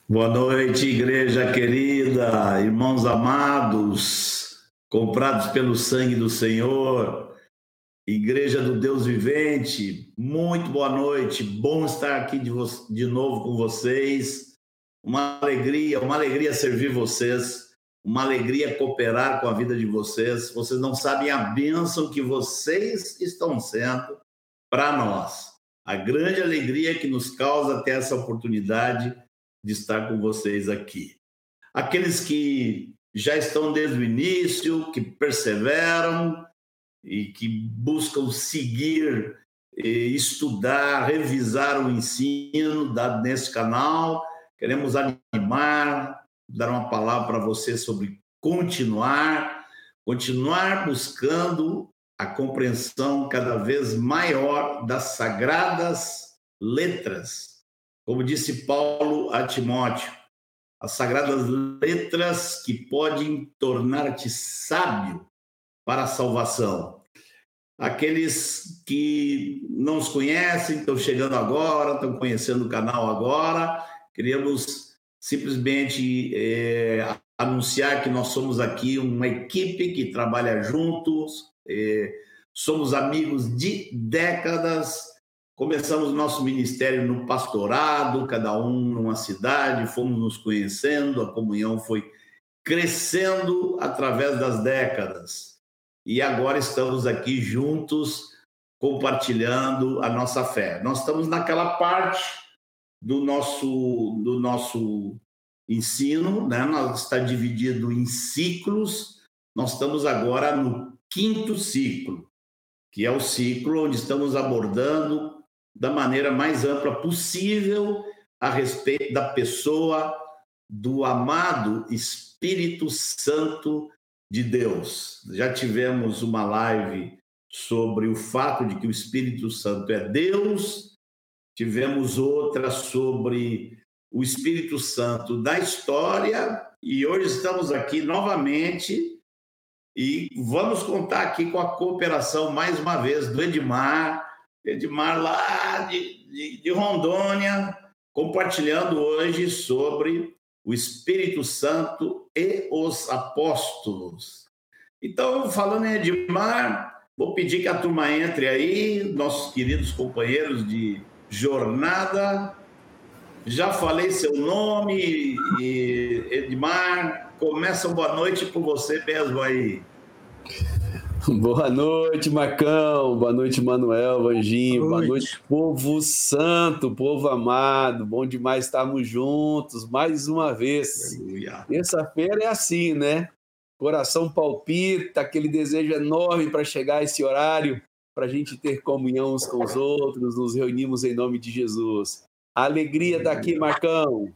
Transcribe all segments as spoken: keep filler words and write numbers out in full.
Boa noite, igreja querida, irmãos amados, comprados pelo sangue do Senhor, igreja do Deus vivente, muito boa noite, bom estar aqui de, vo- de novo com vocês, uma alegria, uma alegria servir vocês, uma alegria cooperar com a vida de vocês, vocês não sabem a bênção que vocês estão sendo para nós, a grande alegria que nos causa ter essa oportunidade de estar com vocês aqui. Aqueles que já estão desde o início, que perseveram e que buscam seguir, estudar, revisar o ensino dado nesse canal, queremos animar, dar uma palavra para você sobre continuar, continuar buscando a compreensão cada vez maior das sagradas letras. Como disse Paulo a Timóteo, as sagradas letras que podem tornar-te sábio para a salvação. Aqueles que não os conhecem, estão chegando agora, estão conhecendo o canal agora, queríamos simplesmente é, anunciar que nós somos aqui uma equipe que trabalha juntos, é, somos amigos de décadas. Começamos nosso ministério no pastorado, cada um numa cidade, fomos nos conhecendo, a comunhão foi crescendo através das décadas. E agora estamos aqui juntos, compartilhando a nossa fé. Nós estamos naquela parte do nosso, do nosso ensino, né? Nós está dividido em ciclos. Nós estamos agora no quinto ciclo, que é o ciclo onde estamos abordando da maneira mais ampla possível a respeito da pessoa do amado Espírito Santo de Deus. Já tivemos uma live sobre o fato de que o Espírito Santo é Deus, tivemos outra sobre o Espírito Santo da história, e hoje estamos aqui novamente e vamos contar aqui com a cooperação, mais uma vez, do Edmar, Edmar lá de, de, de Rondônia, compartilhando hoje sobre o Espírito Santo e os apóstolos. Então, falando em Edmar, vou pedir que a turma entre aí, nossos queridos companheiros de jornada. Já falei seu nome, e Edmar, começa boa noite por você mesmo aí. Boa noite, Marcão. Boa noite, Manuel, Vanginho. Boa noite. Boa noite, povo santo, povo amado. Bom demais estarmos juntos mais uma vez. Terça-feira é assim, né? Coração palpita, aquele desejo enorme para chegar a esse horário, para a gente ter comunhão uns com os outros, nos reunimos em nome de Jesus. A alegria daqui, Marcão.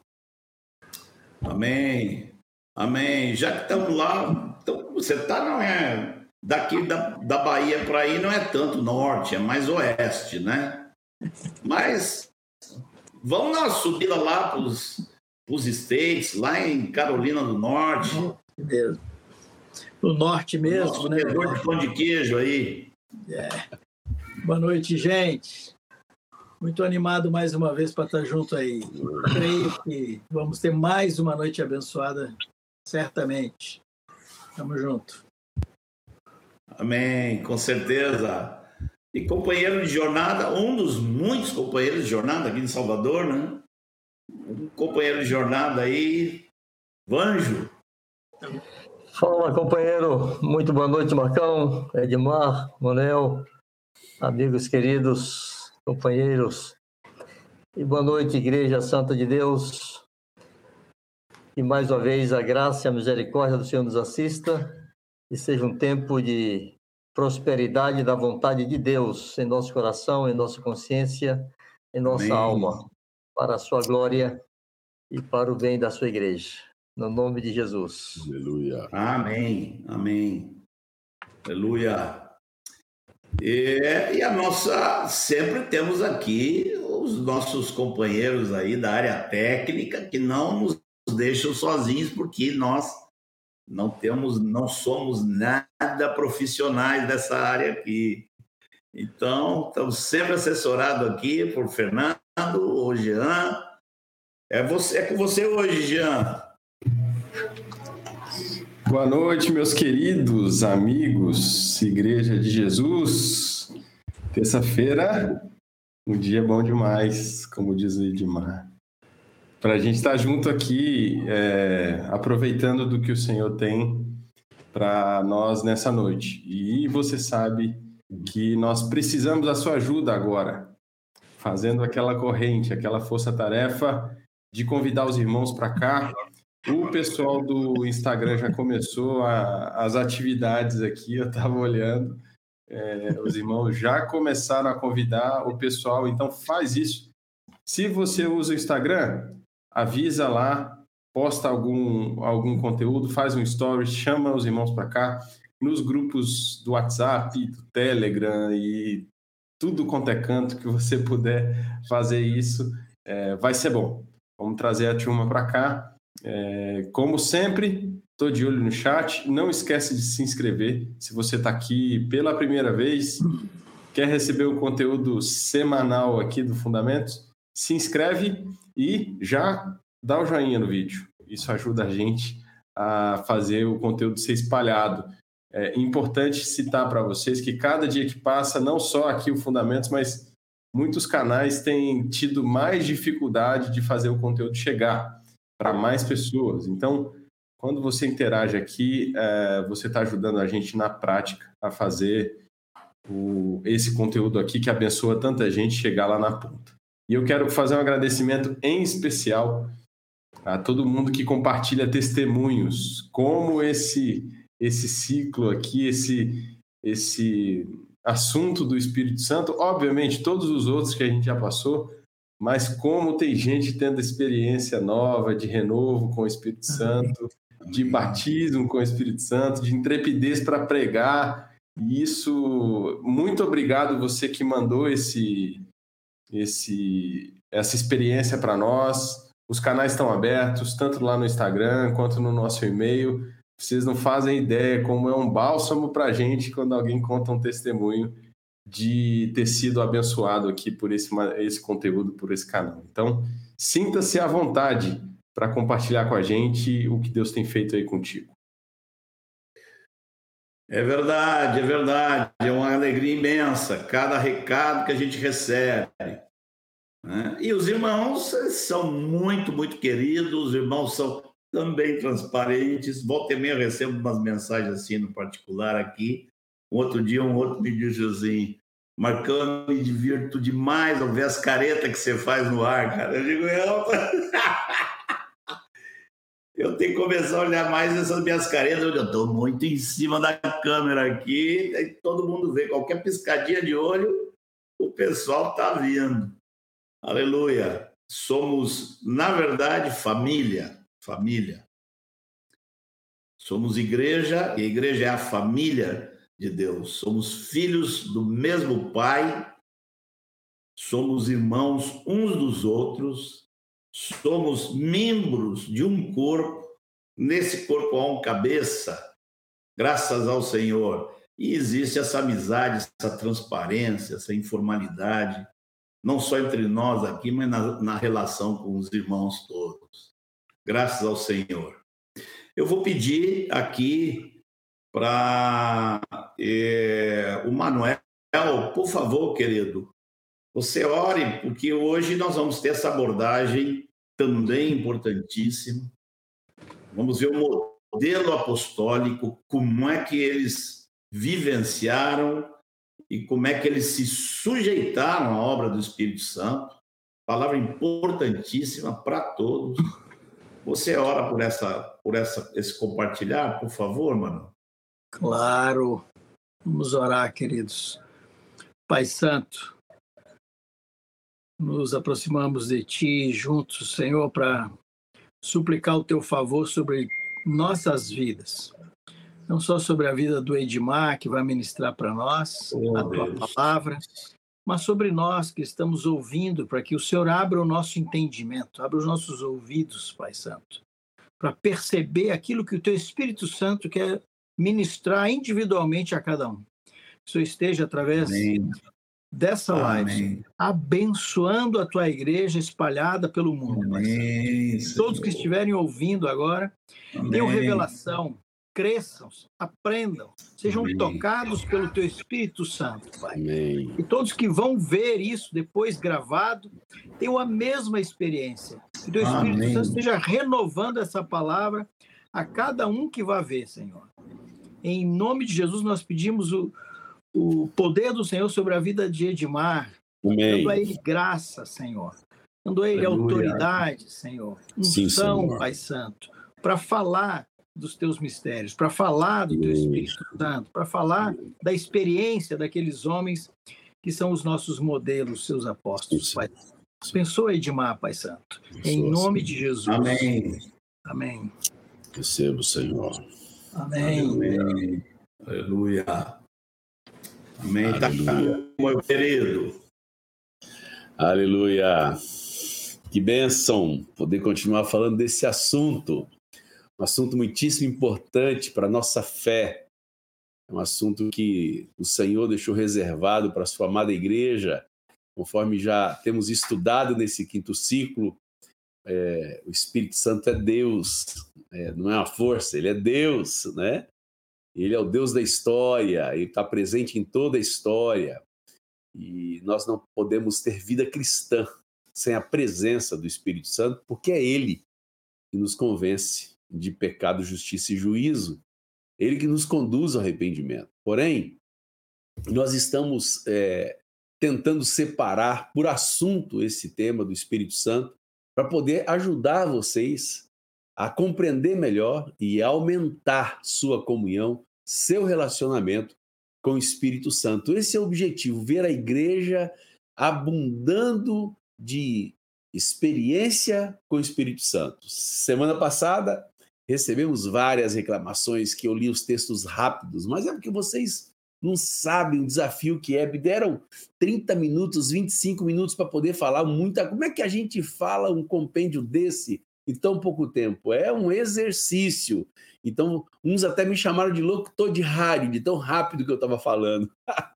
Amém. Amém. Já que estamos lá, então você está, não é... Daqui da, da Bahia para aí não é tanto norte, é mais oeste, né? Mas vamos dar uma subida lá para os States, lá em Carolina do Norte. Mesmo. No norte mesmo, né? Comedor de pão de queijo aí. É. Boa noite, gente. Muito animado mais uma vez para estar junto aí. Creio que vamos ter mais uma noite abençoada, certamente. Tamo junto. Amém, com certeza. E companheiro de jornada, um dos muitos companheiros de jornada aqui de Salvador, né? Um companheiro de jornada aí, Vanjo. Fala, companheiro. Muito boa noite, Marcão, Edmar, Manuel, amigos queridos, companheiros. E boa noite, Igreja Santa de Deus. E mais uma vez a graça e a misericórdia do Senhor nos assista. E seja um tempo de prosperidade da vontade de Deus em nosso coração, em nossa consciência, em nossa Amém. Alma, para a sua glória e para o bem da sua igreja. No nome de Jesus. Aleluia. Amém. Amém. Aleluia. E, e a nossa, sempre temos aqui os nossos companheiros aí da área técnica que não nos deixam sozinhos, porque nós Não temos, não somos nada profissionais dessa área aqui. Então, estamos sempre assessorados aqui por Fernando, o Jean, É, você, é com você hoje, Jean. Boa noite, meus queridos amigos, Igreja de Jesus. Terça-feira, um dia bom demais, como diz o Edmar. Para a gente estar junto aqui, é, aproveitando do que o Senhor tem para nós nessa noite. E você sabe que nós precisamos da sua ajuda agora, fazendo aquela corrente, aquela força-tarefa de convidar os irmãos para cá. O pessoal do Instagram já começou a, as atividades aqui, eu estava olhando, é, os irmãos já começaram a convidar o pessoal, então faz isso. Se você usa o Instagram, avisa lá, posta algum, algum conteúdo, faz um story, chama os irmãos para cá, nos grupos do WhatsApp, do Telegram e tudo quanto é canto que você puder fazer isso, é, vai ser bom. Vamos trazer a turma para cá. É, como sempre, estou de olho no chat. Não esquece de se inscrever. Se você está aqui pela primeira vez, quer receber o conteúdo semanal aqui do Fundamentos, se inscreve e já dá o joinha no vídeo. Isso ajuda a gente a fazer o conteúdo ser espalhado. É importante citar para vocês que cada dia que passa, não só aqui o Fundamentos, mas muitos canais têm tido mais dificuldade de fazer o conteúdo chegar para mais pessoas. Então, quando você interage aqui, é, você está ajudando a gente na prática a fazer o, esse conteúdo aqui que abençoa tanta gente chegar lá na ponta. E eu quero fazer um agradecimento em especial a todo mundo que compartilha testemunhos, como esse, esse ciclo aqui, esse, esse assunto do Espírito Santo, obviamente todos os outros que a gente já passou, mas como tem gente tendo experiência nova de renovo com o Espírito Santo, de batismo com o Espírito Santo, de intrepidez para pregar. E isso, muito obrigado você que mandou esse, esse, essa experiência para nós. Os canais estão abertos, tanto lá no Instagram quanto no nosso e-mail. Vocês não fazem ideia como é um bálsamo para a gente quando alguém conta um testemunho de ter sido abençoado aqui por esse, esse conteúdo, por esse canal. Então, sinta-se à vontade para compartilhar com a gente o que Deus tem feito aí contigo. É verdade, é verdade. É uma alegria imensa cada recado que a gente recebe. Né? E os irmãos são muito, muito queridos, os irmãos são também transparentes. Volta e meia eu recebo umas mensagens assim no particular aqui. Um outro dia, um outro me disse assim: Marcão, eu me divirto demais ao ver as caretas que você faz no ar, cara. Eu digo, eu... eu tenho que começar a olhar mais essas minhas caretas. Eu estou muito em cima da câmera aqui, e todo mundo vê. Qualquer piscadinha de olho, o pessoal está vindo. Aleluia. Somos, na verdade, família. Família. Somos igreja, e a igreja é a família de Deus. Somos filhos do mesmo Pai, somos irmãos uns dos outros, somos membros de um corpo. Nesse corpo há um cabeça, graças ao Senhor. E existe essa amizade, essa transparência, essa informalidade, não só entre nós aqui, mas na, na relação com os irmãos todos. Graças ao Senhor. Eu vou pedir aqui para é, o Manuel, por favor, querido, você ore, porque hoje nós vamos ter essa abordagem também importantíssima. Vamos ver o modelo apostólico, como é que eles vivenciaram e como é que eles se sujeitaram à obra do Espírito Santo. Palavra importantíssima para todos. Você ora por, essa, por essa, esse compartilhar, por favor, mano? Claro. Vamos orar, queridos. Pai Santo, nos aproximamos de Ti juntos, Senhor, para suplicar o Teu favor sobre nossas vidas. Não só sobre a vida do Edmar, que vai ministrar para nós oh, a Tua Deus. Palavra, mas sobre nós que estamos ouvindo, para que o Senhor abra o nosso entendimento, abra os nossos ouvidos, Pai Santo, para perceber aquilo que o Teu Espírito Santo quer ministrar individualmente a cada um. Que o Senhor esteja através Amém. dessa live, Amém. abençoando a tua igreja espalhada pelo mundo. Pai Santo. Amém, Todos que Senhor. estiverem ouvindo agora, tenham Amém. revelação, cresçam, aprendam, sejam Amém. tocados pelo teu Espírito Santo, Pai. Amém. E todos que vão ver isso depois gravado, tenham a mesma experiência. Que o teu Espírito Amém. Santo esteja renovando essa palavra a cada um que vai ver, Senhor. Em nome de Jesus, nós pedimos o, o poder do Senhor sobre a vida de Edmar, Amém. dando a ele graça, Senhor. Dando a ele Aleluia. autoridade, Senhor. Sim, Unção, Senhor. Pai Santo, para falar dos teus mistérios, para falar do teu Espírito Santo, para falar da experiência daqueles homens que são os nossos modelos, seus apóstolos, Pai. Abençoa Edmar, Pai Santo. Em nome de Jesus. Amém. Amém. Receba, Senhor. Amém. Amém. Aleluia. Amém. Tá, Aleluia. meu querido. Aleluia. Que bênção poder continuar falando desse assunto. Um assunto muitíssimo importante para a nossa fé. É um assunto que o Senhor deixou reservado para a sua amada igreja, conforme já temos estudado nesse quinto ciclo. É, o Espírito Santo é Deus, é, não é uma força, ele é Deus, né? Ele é o Deus da história, ele está presente em toda a história. E nós não podemos ter vida cristã sem a presença do Espírito Santo, porque é ele que nos convence de pecado, justiça e juízo. Ele que nos conduz ao arrependimento. Porém, nós estamos é, tentando separar por assunto esse tema do Espírito Santo para poder ajudar vocês a compreender melhor e aumentar sua comunhão, seu relacionamento com o Espírito Santo. Esse é o objetivo, ver a igreja abundando de experiência com o Espírito Santo. Semana passada, recebemos várias reclamações que eu li os textos rápidos, mas é porque vocês não sabem o desafio que é. Me deram trinta minutos, vinte e cinco minutos para poder falar muita... Como é que a gente fala um compêndio desse em tão pouco tempo? É um exercício. Então, uns até me chamaram de locutor de rádio, de tão rápido que eu estava falando.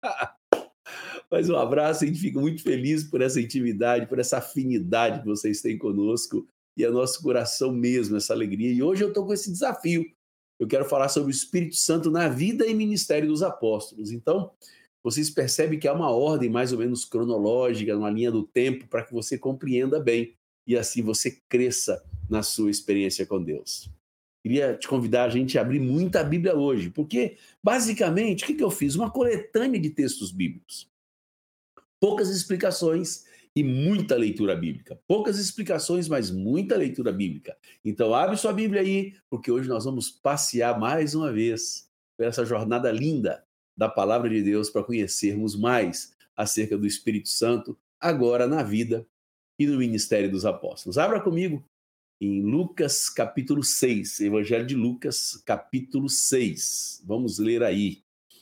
Mas um abraço, a gente fica muito feliz por essa intimidade, por essa afinidade que vocês têm conosco. E é nosso coração mesmo, essa alegria. E hoje eu estou com esse desafio. Eu quero falar sobre o Espírito Santo na vida e ministério dos apóstolos. Então, vocês percebem que há uma ordem mais ou menos cronológica, uma linha do tempo, para que você compreenda bem e assim você cresça na sua experiência com Deus. Queria te convidar a gente a abrir muita Bíblia hoje, porque, basicamente, o que eu fiz? Uma coletânea de textos bíblicos. Poucas explicações e muita leitura bíblica. Poucas explicações, mas muita leitura bíblica. Então, abre sua Bíblia aí, porque hoje nós vamos passear mais uma vez por essa jornada linda da Palavra de Deus para conhecermos mais acerca do Espírito Santo, agora na vida e no ministério dos apóstolos. Abra comigo em Lucas, capítulo seis, Evangelho de Lucas, capítulo seis. Vamos ler aí.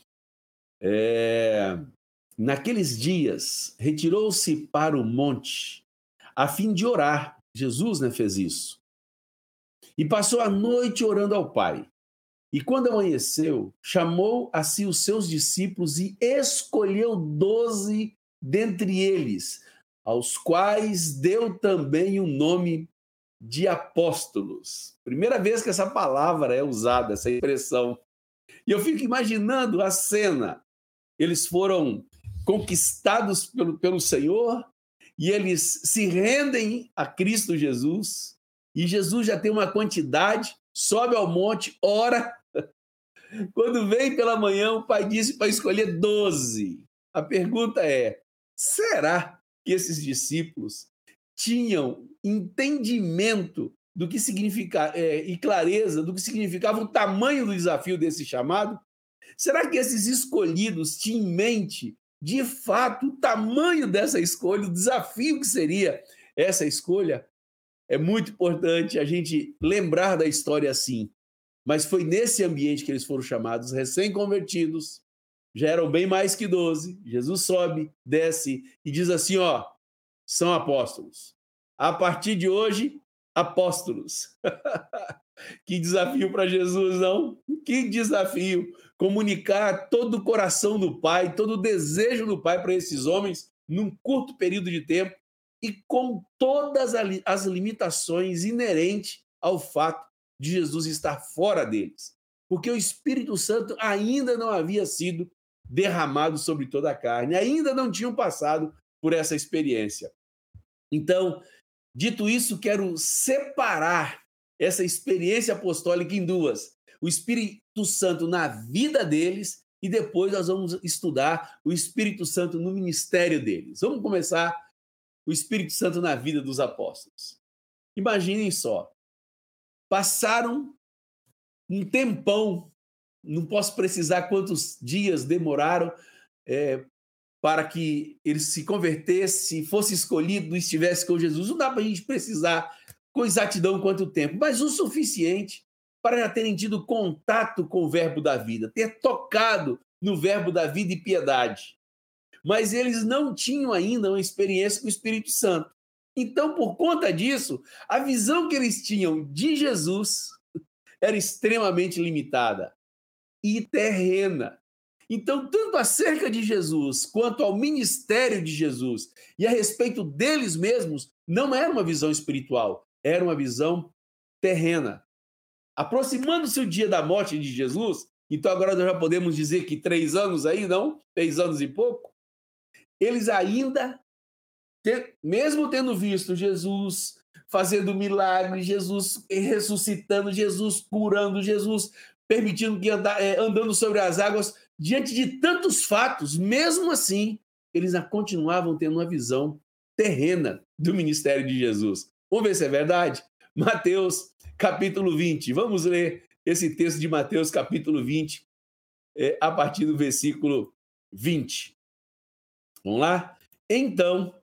É... Naqueles dias, retirou-se para o monte, a fim de orar. Jesus, né, fez isso. E passou a noite orando ao Pai. E quando amanheceu, chamou a si os seus discípulos e escolheu doze dentre eles, aos quais deu também o nome de apóstolos. Primeira vez que essa palavra é usada, essa expressão. E eu fico imaginando a cena. Eles foram conquistados pelo, pelo Senhor e eles se rendem a Cristo Jesus e Jesus já tem uma quantidade, sobe ao monte, ora. Quando vem pela manhã, o Pai disse para escolher doze. A pergunta é, será que esses discípulos tinham entendimento do que significa, é, e clareza do que significava o tamanho do desafio desse chamado? Será que esses escolhidos tinham em mente, de fato, o tamanho dessa escolha, o desafio que seria essa escolha? É muito importante a gente lembrar da história assim. Mas foi nesse ambiente que eles foram chamados, recém-convertidos, já eram bem mais que doze. Jesus sobe, desce e diz assim, ó, são apóstolos. A partir de hoje, apóstolos. Que desafio para Jesus, não? Que desafio! comunicar todo o coração do Pai, todo o desejo do Pai para esses homens num curto período de tempo e com todas as limitações inerentes ao fato de Jesus estar fora deles, porque o Espírito Santo ainda não havia sido derramado sobre toda a carne, ainda não tinham passado por essa experiência. Então, dito isso, quero separar essa experiência apostólica em duas. O Espírito Santo na vida deles e depois nós vamos estudar o Espírito Santo no ministério deles. Vamos começar o Espírito Santo na vida dos apóstolos. Imaginem só, passaram um tempão, não posso precisar quantos dias demoraram é, para que eles se convertessem, fosse escolhido e estivesse com Jesus. Não dá para a gente precisar com exatidão quanto tempo, mas o suficiente para já terem tido contato com o verbo da vida, ter tocado no verbo da vida e piedade. Mas eles não tinham ainda uma experiência com o Espírito Santo. Então, por conta disso, a visão que eles tinham de Jesus era extremamente limitada e terrena. Então, tanto acerca de Jesus quanto ao ministério de Jesus e a respeito deles mesmos, não era uma visão espiritual, era uma visão terrena. Aproximando-se o dia da morte de Jesus, então agora nós já podemos dizer que três anos aí, não? Três anos e pouco. Eles ainda, mesmo tendo visto Jesus fazendo milagres, Jesus ressuscitando, Jesus curando, Jesus permitindo que andar, andando sobre as águas, diante de tantos fatos, mesmo assim, eles continuavam tendo uma visão terrena do ministério de Jesus. Vamos ver se é verdade? Mateus, capítulo vinte. Vamos ler esse texto de Mateus, capítulo vinte, é, a partir do versículo vinte. Vamos lá? Então,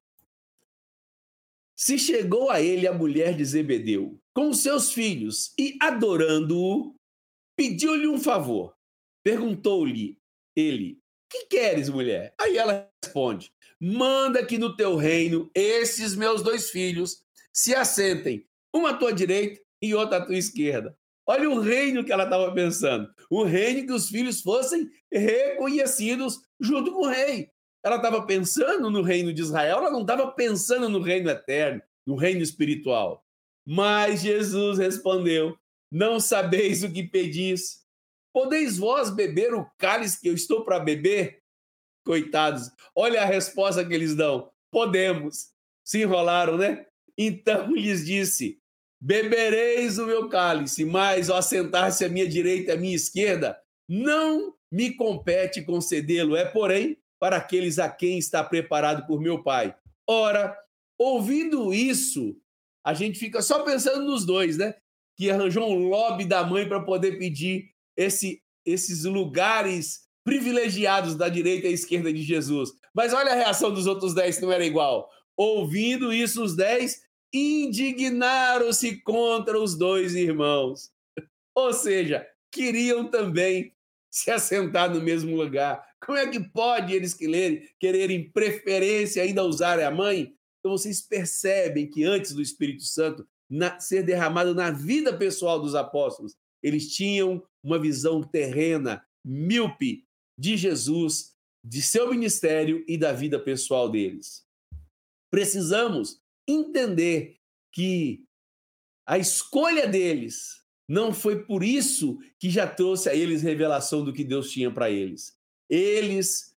se chegou a ele a mulher de Zebedeu, com os seus filhos, e adorando-o, pediu-lhe um favor. Perguntou-lhe ele, que queres, mulher? Aí ela responde, manda que no teu reino esses meus dois filhos se assentem, uma à tua direita e outra à tua esquerda. Olha o reino que ela estava pensando. O reino que os filhos fossem reconhecidos junto com o rei. Ela estava pensando no reino de Israel, ela não estava pensando no reino eterno, no reino espiritual. Mas Jesus respondeu, não sabeis o que pedis. Podeis vós beber o cálice que eu estou para beber? Coitados, olha a resposta que eles dão. Podemos. Se enrolaram, né? Então lhes disse, bebereis o meu cálice, mas ao sentar-se à minha direita e à minha esquerda, não me compete concedê-lo, é, porém, para aqueles a quem está preparado por meu Pai. Ora, ouvindo isso, a gente fica só pensando nos dois, né? Que arranjou um lobby da mãe para poder pedir esse, esses lugares privilegiados da direita e esquerda de Jesus. Mas olha a reação dos outros dez, que não era igual. Ouvindo isso, os dez indignaram-se contra os dois irmãos. Ou seja, queriam também se assentar no mesmo lugar. Como é que pode eles quererem, quererem preferência ainda usar a mãe? Então vocês percebem que antes do Espírito Santo na, ser derramado na vida pessoal dos apóstolos, eles tinham uma visão terrena, míope de Jesus, de seu ministério e da vida pessoal deles. Precisamos entender que a escolha deles não foi por isso que já trouxe a eles revelação do que Deus tinha para eles. Eles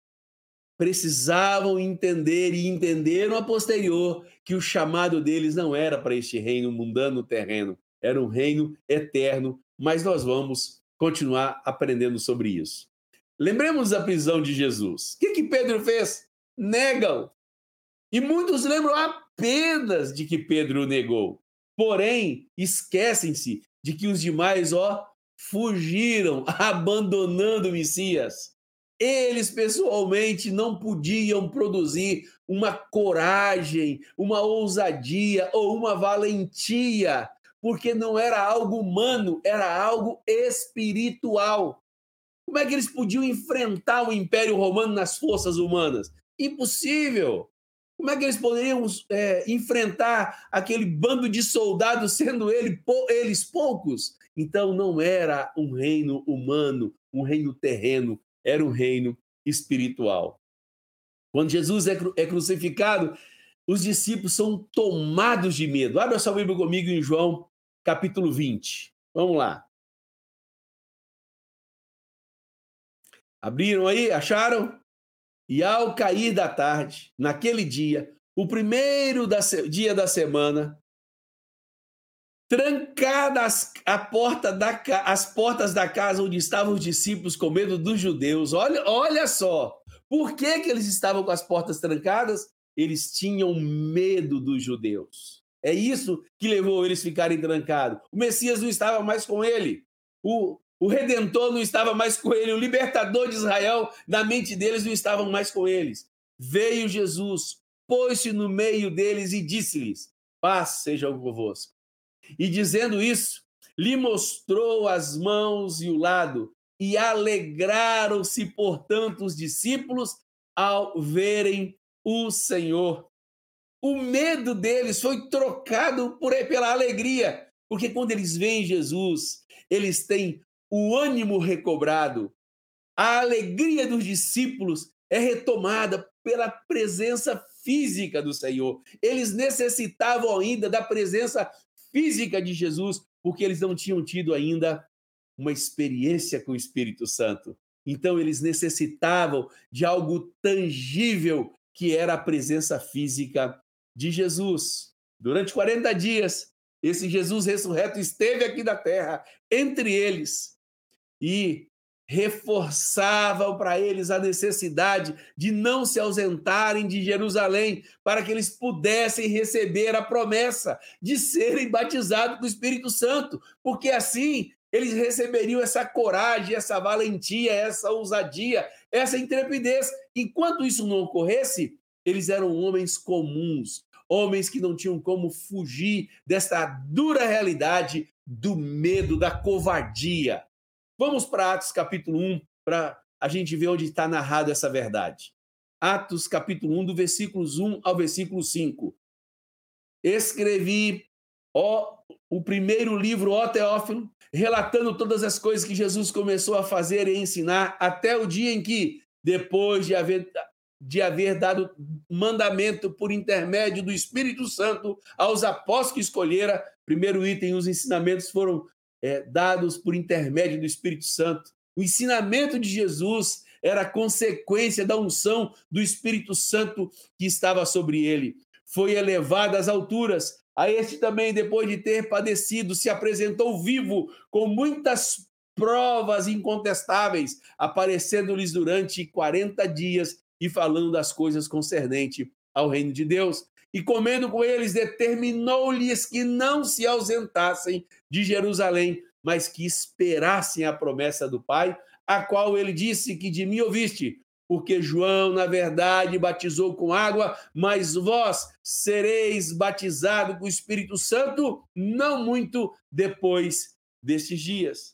precisavam entender e entenderam a posterior que o chamado deles não era para este reino mundano terreno, era um reino eterno, mas nós vamos continuar aprendendo sobre isso. Lembremos da prisão de Jesus. O que, que Pedro fez? Negam. E muitos lembram apenas de que Pedro o negou. Porém, esquecem-se de que os demais, ó, fugiram, abandonando o Messias. Eles, pessoalmente, não podiam produzir uma coragem, uma ousadia ou uma valentia, porque não era algo humano, era algo espiritual. Como é que eles podiam enfrentar o Império Romano nas forças humanas? Impossível! Como é que eles poderiam é, enfrentar aquele bando de soldados, sendo ele, eles poucos? Então, não era um reino humano, um reino terreno, era um reino espiritual. Quando Jesus é, cru- é crucificado, os discípulos são tomados de medo. Abra sua Bíblia comigo em João, capítulo vinte. Vamos lá. Abriram aí? Acharam? E ao cair da tarde, naquele dia, o primeiro da se- dia da semana, trancadas a porta da, ca- as portas da casa onde estavam os discípulos com medo dos judeus. Olha, olha só, por que, que eles estavam com as portas trancadas? Eles tinham medo dos judeus. É isso que levou eles a ficarem trancados. O Messias não estava mais com ele. O, o Redentor não estava mais com ele. O Libertador de Israel, na mente deles, não estava mais com eles. Veio Jesus, pôs-se no meio deles e disse-lhes: paz seja convosco. E dizendo isso, lhe mostrou as mãos e o lado, e alegraram-se, portanto, os discípulos ao verem o Senhor. O medo deles foi trocado por, pela alegria, porque quando eles veem Jesus, eles têm o ânimo recobrado. A alegria dos discípulos é retomada pela presença física do Senhor. Eles necessitavam ainda da presença física de Jesus, porque eles não tinham tido ainda uma experiência com o Espírito Santo. Então, eles necessitavam de algo tangível, que era a presença física de Jesus. Durante quarenta dias, esse Jesus ressurreto esteve aqui na terra, entre eles, e reforçavam para eles a necessidade de não se ausentarem de Jerusalém, para que eles pudessem receber a promessa de serem batizados com o Espírito Santo, porque assim eles receberiam essa coragem, essa valentia, essa ousadia, essa intrepidez. Enquanto isso não ocorresse, eles eram homens comuns, homens que não tinham como fugir desta dura realidade do medo, da covardia. Vamos para Atos capítulo um, para a gente ver onde está narrado essa verdade. Atos capítulo um, do versículos um ao versículo cinco. Escrevi ó, o primeiro livro, ó Teófilo, relatando todas as coisas que Jesus começou a fazer e ensinar até o dia em que, depois de haver, de haver dado mandamento por intermédio do Espírito Santo aos apóstolos que escolhera, primeiro item, os ensinamentos foram É, dados por intermédio do Espírito Santo. O ensinamento de Jesus era consequência da unção do Espírito Santo que estava sobre ele. Foi elevado às alturas. A este também, depois de ter padecido, se apresentou vivo, com muitas provas incontestáveis, aparecendo-lhes durante quarenta dias e falando das coisas concernentes ao reino de Deus. E comendo com eles, determinou-lhes que não se ausentassem de Jerusalém, mas que esperassem a promessa do Pai, a qual ele disse que de mim ouviste, porque João, na verdade, batizou com água, mas vós sereis batizados com o Espírito Santo, não muito depois destes dias.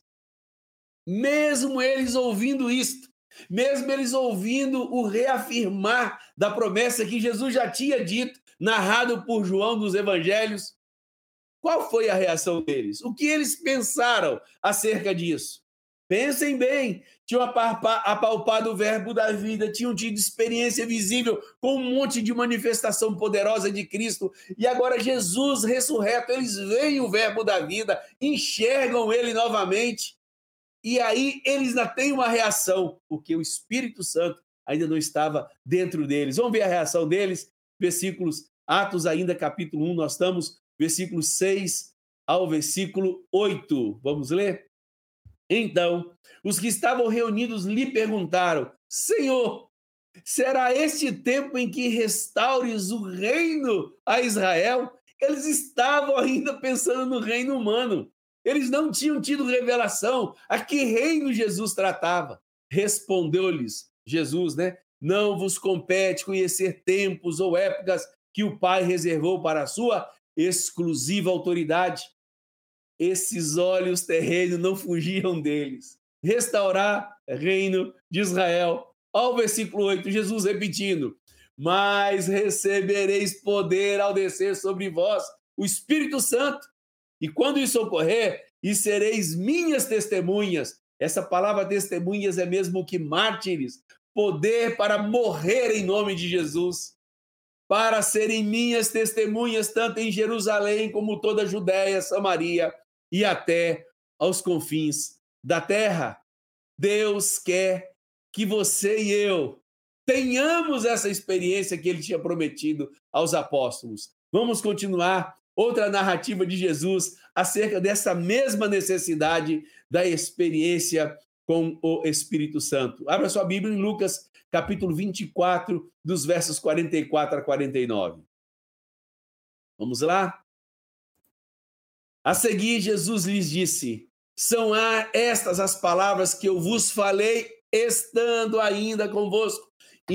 Mesmo eles ouvindo isto, mesmo eles ouvindo o reafirmar da promessa que Jesus já tinha dito, narrado por João dos Evangelhos, qual foi a reação deles? O que eles pensaram acerca disso? Pensem bem, tinham apalpado o verbo da vida, tinham tido experiência visível com um monte de manifestação poderosa de Cristo, e agora Jesus ressurreto, eles veem o verbo da vida, enxergam ele novamente, e aí eles ainda têm uma reação, porque o Espírito Santo ainda não estava dentro deles. Vamos ver a reação deles? Versículos, Atos ainda, capítulo um, nós estamos, versículos seis ao versículo oito. Vamos ler? Então, os que estavam reunidos lhe perguntaram: Senhor, será este tempo em que restaures o reino a Israel? Eles estavam ainda pensando no reino humano. Eles não tinham tido revelação a que reino Jesus tratava. Respondeu-lhes Jesus, né? Não vos compete conhecer tempos ou épocas que o Pai reservou para a sua exclusiva autoridade. Esses olhos terrenos não fugiam deles. Restaurar reino de Israel. Ao versículo oito, Jesus repetindo: mas recebereis poder ao descer sobre vós o Espírito Santo. E quando isso ocorrer, e sereis minhas testemunhas, Essa palavra testemunhas é mesmo que mártires, poder para morrer em nome de Jesus, para serem minhas testemunhas tanto em Jerusalém como toda a Judéia, Samaria e até aos confins da terra. Deus quer que você e eu tenhamos essa experiência que ele tinha prometido aos apóstolos. Vamos continuar outra narrativa de Jesus acerca dessa mesma necessidade da experiência com o Espírito Santo. Abra sua Bíblia em Lucas, capítulo vinte e quatro, dos versos quarenta e quatro a quarenta e nove. Vamos lá? A seguir, Jesus lhes disse: são estas as palavras que eu vos falei, estando ainda convosco.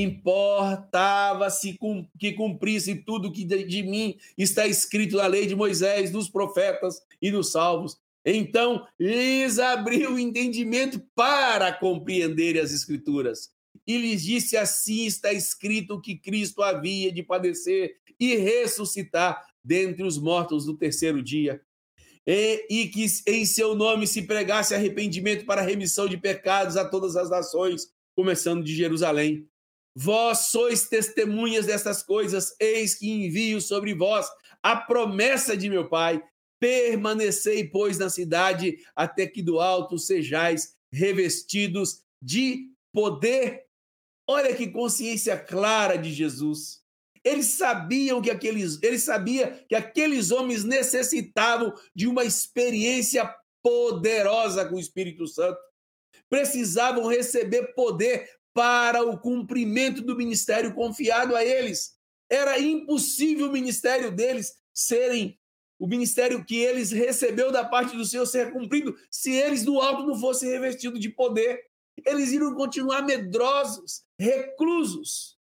Importava-se que cumprisse tudo que de mim está escrito na lei de Moisés, dos profetas e dos salmos. Então lhes abriu o entendimento para compreenderem as Escrituras. E lhes disse: assim está escrito que Cristo havia de padecer e ressuscitar dentre os mortos no terceiro dia. E, e que em seu nome se pregasse arrependimento para remissão de pecados a todas as nações, começando de Jerusalém. Vós sois testemunhas dessas coisas, eis que envio sobre vós a promessa de meu Pai. Permanecei, pois, na cidade, até que do alto sejais revestidos de poder. Olha que consciência clara de Jesus. Eles sabiam que aqueles, ele sabia que aqueles homens necessitavam de uma experiência poderosa com o Espírito Santo. Precisavam receber poder para o cumprimento do ministério confiado a eles. Era impossível o ministério deles serem, o ministério que eles recebeu da parte do Senhor ser cumprido, se eles do alto não fossem revestidos de poder. Eles iriam continuar medrosos, reclusos.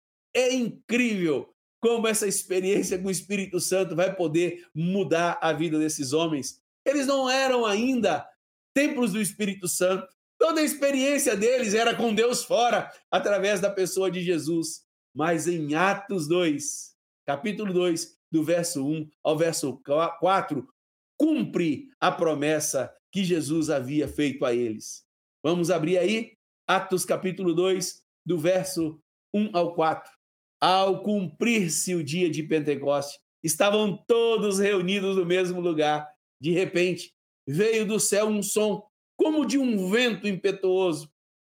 É incrível como essa experiência com o Espírito Santo vai poder mudar a vida desses homens. Eles não eram ainda templos do Espírito Santo. Toda a experiência deles era com Deus fora, através da pessoa de Jesus. Mas em Atos dois, capítulo dois, do verso um ao verso quatro, cumpre a promessa que Jesus havia feito a eles. Vamos abrir aí, Atos capítulo dois, do verso um ao quatro. Ao cumprir-se o dia de Pentecoste, estavam todos reunidos no mesmo lugar. De repente, veio do céu um som, como de um vento impetuoso,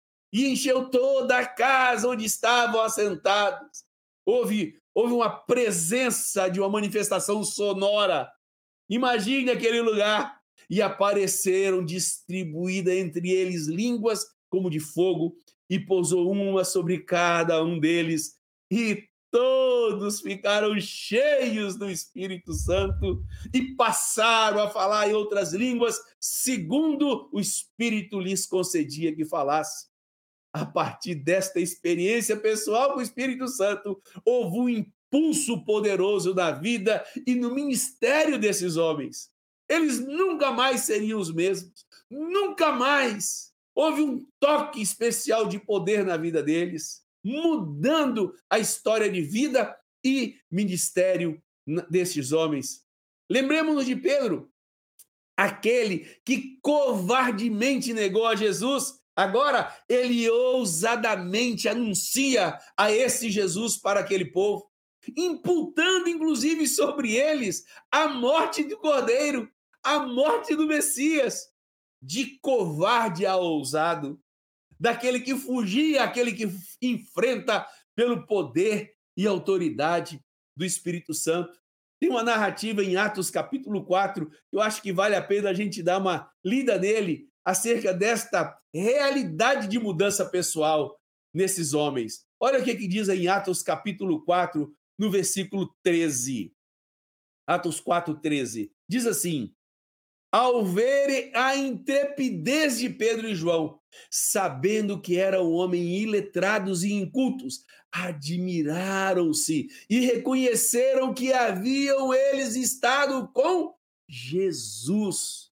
e encheu toda a casa onde estavam assentados. Houve, houve uma presença de uma manifestação sonora. Imagine aquele lugar. E apareceram distribuídas entre eles línguas como de fogo, e pousou uma sobre cada um deles, e todos ficaram cheios do Espírito Santo e passaram a falar em outras línguas, segundo o Espírito lhes concedia que falasse. A partir desta experiência pessoal com o Espírito Santo, houve um impulso poderoso na vida e no ministério desses homens. Eles nunca mais seriam os mesmos, nunca mais. Houve um toque especial de poder na vida deles, mudando a história de vida e ministério destes homens. Lembremos-nos de Pedro, aquele que covardemente negou a Jesus. Agora, ele ousadamente anuncia a esse Jesus para aquele povo, imputando inclusive sobre eles a morte do Cordeiro, a morte do Messias. De covarde a ousado, daquele que fugia, aquele que enfrenta pelo poder e autoridade do Espírito Santo. Tem uma narrativa em Atos capítulo quatro, que eu acho que vale a pena a gente dar uma lida nele, acerca desta realidade de mudança pessoal nesses homens. Olha o que, que diz em Atos capítulo quatro, no versículo treze. Atos quatro, treze. Diz assim: ao verem a intrepidez de Pedro e João, sabendo que eram homens iletrados e incultos, admiraram-se e reconheceram que haviam eles estado com Jesus.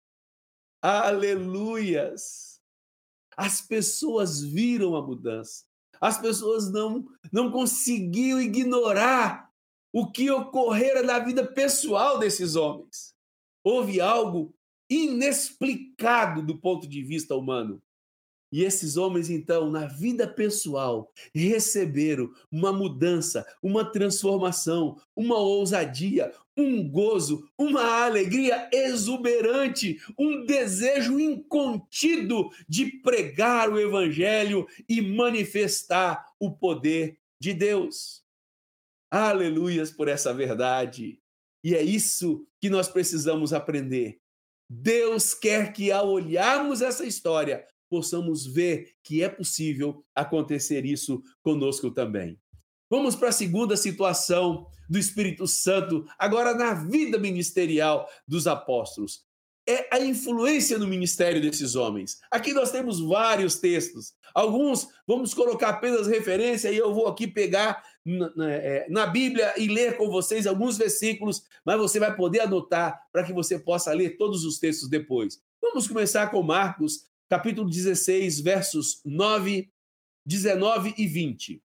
Aleluias! As pessoas viram a mudança. As pessoas não, não conseguiam ignorar o que ocorrera na vida pessoal desses homens. Houve algo inexplicado do ponto de vista humano. E esses homens, então, na vida pessoal, receberam uma mudança, uma transformação, uma ousadia, um gozo, uma alegria exuberante, um desejo incontido de pregar o evangelho e manifestar o poder de Deus. Aleluias por essa verdade. E é isso que nós precisamos aprender. Deus quer que, ao olharmos essa história, possamos ver que é possível acontecer isso conosco também. Vamos para a segunda situação do Espírito Santo, agora na vida ministerial dos apóstolos. É a influência no ministério desses homens. Aqui nós temos vários textos. Alguns vamos colocar apenas referência e eu vou aqui pegar na, na, na Bíblia e ler com vocês alguns versículos, mas você vai poder anotar para que você possa ler todos os textos depois. Vamos começar com Marcos, capítulo dezesseis, versos nove, dezenove e vinte.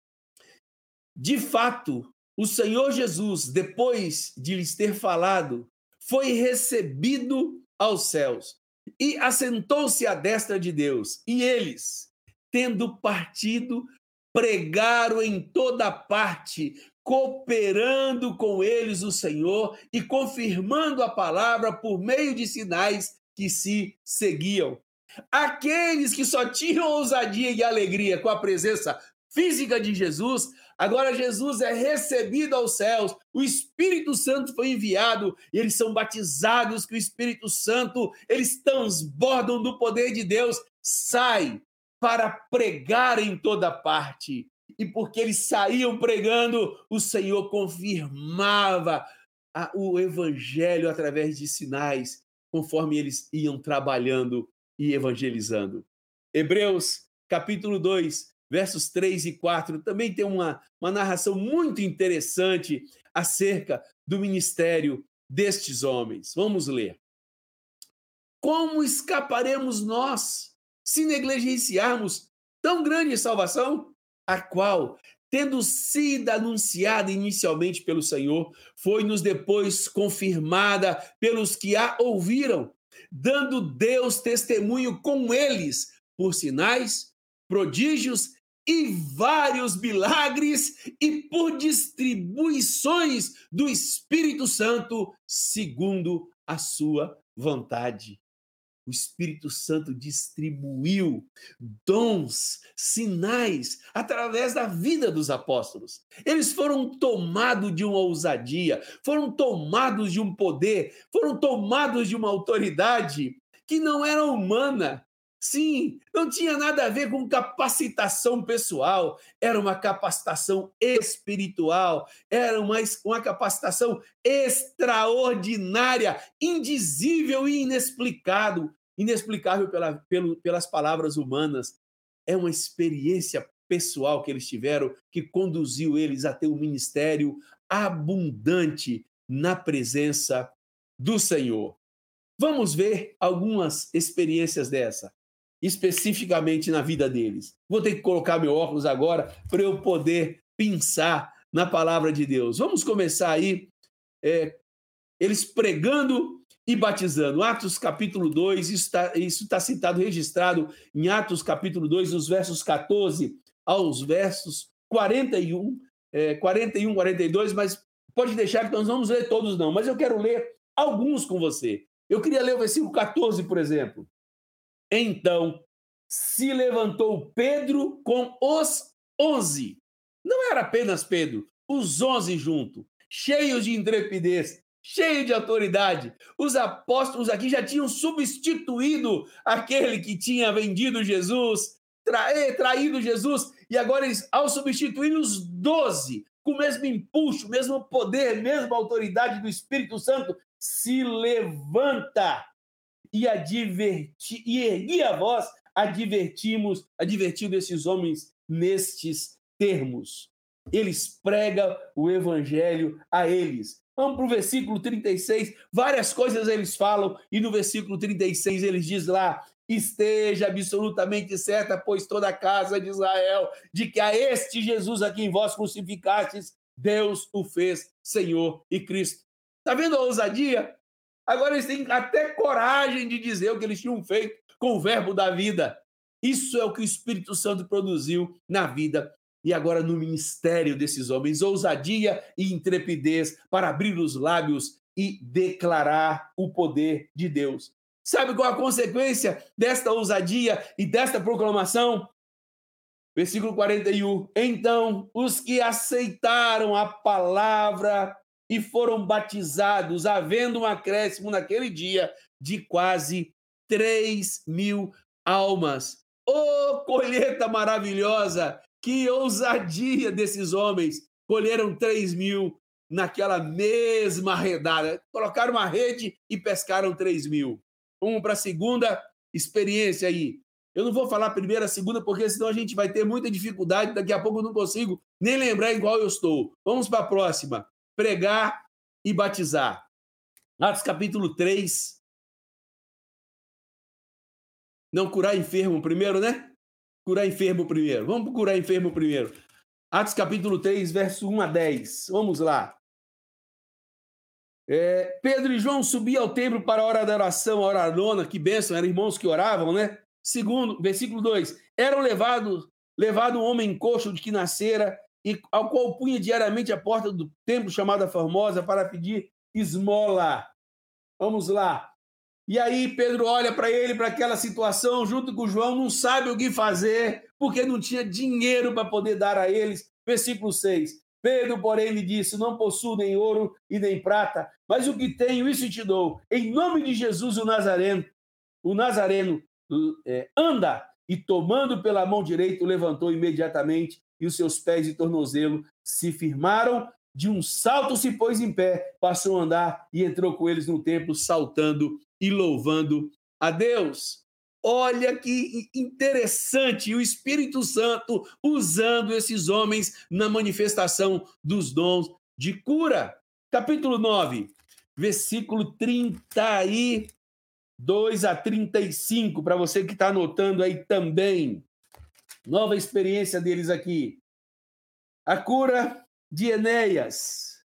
De fato, o Senhor Jesus, depois de lhes ter falado, foi recebido aos céus e assentou-se à destra de Deus. E eles, tendo partido, pregaram em toda parte, cooperando com eles o Senhor e confirmando a palavra por meio de sinais que se seguiam. Aqueles que só tinham ousadia e alegria com a presença física de Jesus, agora Jesus é recebido aos céus, o Espírito Santo foi enviado e eles são batizados com o Espírito Santo, eles transbordam do poder de Deus, saem para pregar em toda parte. E porque eles saíam pregando, o Senhor confirmava a, o evangelho através de sinais, conforme eles iam trabalhando e evangelizando. Hebreus, capítulo dois, versos três e quatro, também tem uma, uma narração muito interessante acerca do ministério destes homens. Vamos ler. Como escaparemos nós se negligenciarmos tão grande salvação, a qual, tendo sido anunciada inicialmente pelo Senhor, foi-nos depois confirmada pelos que a ouviram, dando Deus testemunho com eles por sinais, prodígios e vários milagres e por distribuições do Espírito Santo segundo a sua vontade. O Espírito Santo distribuiu dons, sinais, através da vida dos apóstolos. Eles foram tomados de uma ousadia, foram tomados de um poder, foram tomados de uma autoridade que não era humana. Sim, não tinha nada a ver com capacitação pessoal, era uma capacitação espiritual, era uma, uma capacitação extraordinária, indizível e inexplicável, inexplicável pela, pelo, pelas palavras humanas. É uma experiência pessoal que eles tiveram que conduziu eles a ter um ministério abundante na presença do Senhor. Vamos ver algumas experiências dessa, especificamente na vida deles. Vou ter que colocar meu óculos agora para eu poder pensar na palavra de Deus. Vamos começar aí, é, eles pregando e batizando. Atos capítulo dois, isso está isso tá citado, registrado em Atos capítulo dois, nos versos catorze aos versos quarenta e um, é, quarenta e um, quarenta e dois, mas pode deixar que nós não vamos ler todos não, mas eu quero ler alguns com você. Eu queria ler o versículo catorze, por exemplo. Então se levantou Pedro com os onze. Não era apenas Pedro, os onze juntos, cheios de intrepidez, cheios de autoridade. Os apóstolos aqui já tinham substituído aquele que tinha vendido Jesus, tra- traído Jesus, e agora eles, ao substituir os doze, com o mesmo impulso, mesmo poder, mesma autoridade do Espírito Santo, se levanta e adverti, e erguia a voz, advertimos, advertindo esses homens nestes termos. Eles pregam o evangelho a eles. Vamos para o versículo trinta e seis, várias coisas eles falam, e no versículo trinta e seis eles dizem lá: esteja absolutamente certa, pois toda a casa de Israel, de que a este Jesus a quem vós crucificastes, Deus o fez Senhor e Cristo. Está vendo a ousadia? Agora eles têm até coragem de dizer o que eles tinham feito com o verbo da vida. Isso é o que o Espírito Santo produziu na vida e agora no ministério desses homens. Ousadia e intrepidez para abrir os lábios e declarar o poder de Deus. Sabe qual a consequência desta ousadia e desta proclamação? Versículo quarenta e um. Então, os que aceitaram a palavra e foram batizados, havendo um acréscimo naquele dia de quase três mil almas. Oh, colheita maravilhosa! Que ousadia desses homens! Colheram três mil naquela mesma redada. Colocaram uma rede e pescaram três mil. Vamos para a segunda experiência aí. Eu não vou falar a primeira, a segunda, porque senão a gente vai ter muita dificuldade. Daqui a pouco eu não consigo nem lembrar em qual eu estou. Vamos para a próxima. Pregar e batizar. Atos capítulo três. Não, curar enfermo primeiro, né? Curar enfermo primeiro. Vamos curar enfermo primeiro. Atos capítulo três, verso um a dez. Vamos lá. É, Pedro e João subiam ao templo para a hora da oração, a hora nona. Que bênção, eram irmãos que oravam, né? Segundo, versículo dois. Eram levados, levado um homem coxo de que nascera, e ao qual punha diariamente a porta do templo chamada Formosa para pedir esmola. Vamos lá. E aí Pedro olha para ele, para aquela situação, junto com João, não sabe o que fazer, porque não tinha dinheiro para poder dar a eles. Versículo seis. Pedro, porém, lhe disse, não possuo nem ouro e nem prata, mas o que tenho, isso te dou. Em nome de Jesus, o Nazareno, o Nazareno é, anda, e tomando pela mão direita, o levantou imediatamente, e os seus pés e tornozelo se firmaram. De um salto se pôs em pé, passou a andar e entrou com eles no templo, saltando e louvando a Deus. Olha que interessante, o Espírito Santo usando esses homens na manifestação dos dons de cura. Capítulo nove, versículo trinta e dois a trinta e cinco, para você que está anotando aí também. Nova experiência deles aqui. A cura de Enéas.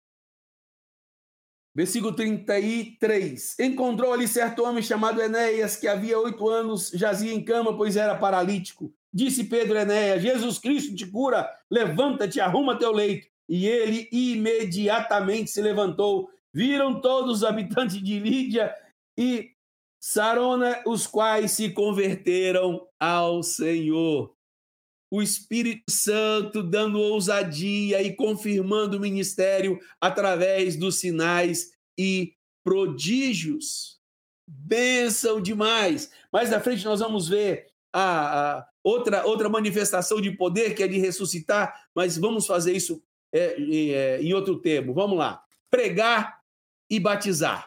Versículo trinta e três. Encontrou ali certo homem chamado Enéas, que havia oito anos jazia em cama, pois era paralítico. Disse Pedro a Enéas, Jesus Cristo te cura, levanta-te, arruma teu leito. E ele imediatamente se levantou. Viram todos os habitantes de Lídia e Sarona, os quais se converteram ao Senhor. O Espírito Santo dando ousadia e confirmando o ministério através dos sinais e prodígios. Bênção demais! Mais na frente nós vamos ver a, a outra, outra manifestação de poder, que é de ressuscitar, mas vamos fazer isso é, é, em outro termo. Vamos lá. Pregar e batizar.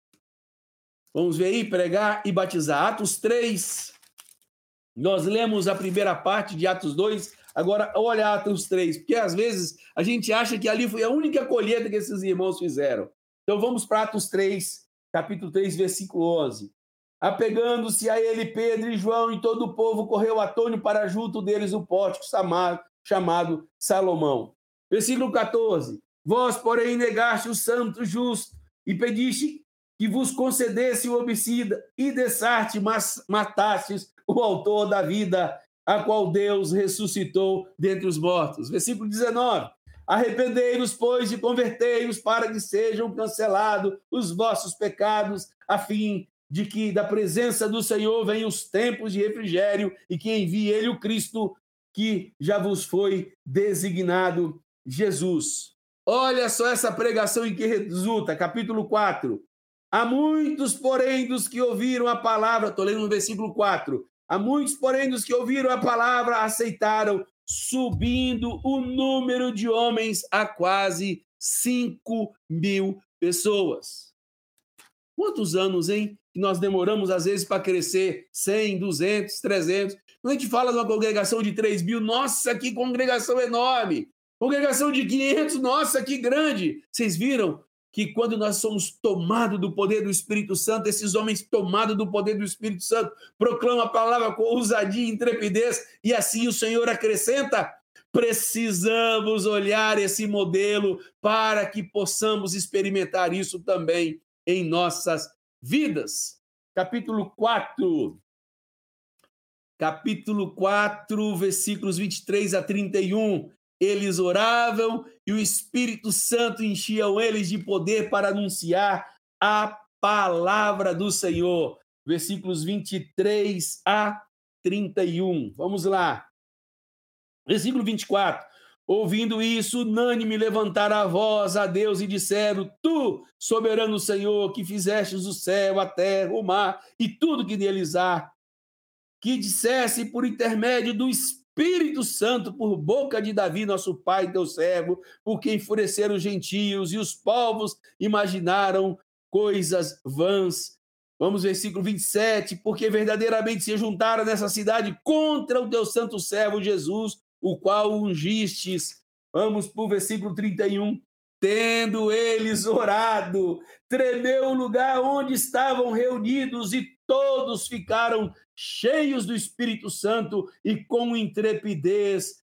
Vamos ver aí, pregar e batizar. Atos três, nós lemos a primeira parte de Atos dois, agora olha Atos três, porque às vezes a gente acha que ali foi a única colheita que esses irmãos fizeram. Então vamos para Atos três, capítulo três, versículo onze. Apegando-se a ele, Pedro e João e todo o povo correu atônito para junto deles o pórtico chamado Salomão. Versículo quatorze. Vós, porém, negaste o santo justo e pediste que vos concedesse o homicida e dessarte, mas matastes o autor da vida, a qual Deus ressuscitou dentre os mortos. Versículo dezenove. Arrependei-vos, pois, e convertei-vos para que sejam cancelados os vossos pecados, a fim de que da presença do Senhor venham os tempos de refrigério e que envie ele o Cristo que já vos foi designado, Jesus. Olha só essa pregação em que resulta, capítulo quatro. Há muitos, porém, dos que ouviram a palavra, estou lendo no versículo quatro, há muitos, porém, dos que ouviram a palavra, aceitaram, subindo o número de homens a quase cinco mil pessoas. Quantos anos, hein? Que nós demoramos, às vezes, para crescer cem, duzentos, trezentos. Quando a gente fala de uma congregação de três mil, nossa, que congregação enorme! Congregação de quinhentos, nossa, que grande! Vocês viram que quando nós somos tomados do poder do Espírito Santo, esses homens tomados do poder do Espírito Santo proclamam a palavra com ousadia e intrepidez, e assim o Senhor acrescenta, precisamos olhar esse modelo para que possamos experimentar isso também em nossas vidas. Capítulo quatro. capítulo quatro, versículos vinte e três a trinta e um. Eles oravam e o Espírito Santo enchia eles de poder para anunciar a palavra do Senhor. Versículos vinte e três a trinta e um. Vamos lá. Versículo vinte e quatro. Ouvindo isso, unânime levantaram a voz a Deus e disseram: Tu, soberano Senhor, que fizestes o céu, a terra, o mar e tudo que neles há, que dissesse por intermédio do Espírito Santo, por boca de Davi, nosso pai, teu servo, porque enfureceram os gentios e os povos imaginaram coisas vãs. Vamos, versículo vinte e sete. Porque verdadeiramente se juntaram nessa cidade contra o teu santo servo Jesus, o qual ungistes. Vamos para o versículo trinta e um. Tendo eles orado, tremeu o lugar onde estavam reunidos e todos ficaram cheios do Espírito Santo e com intrepidez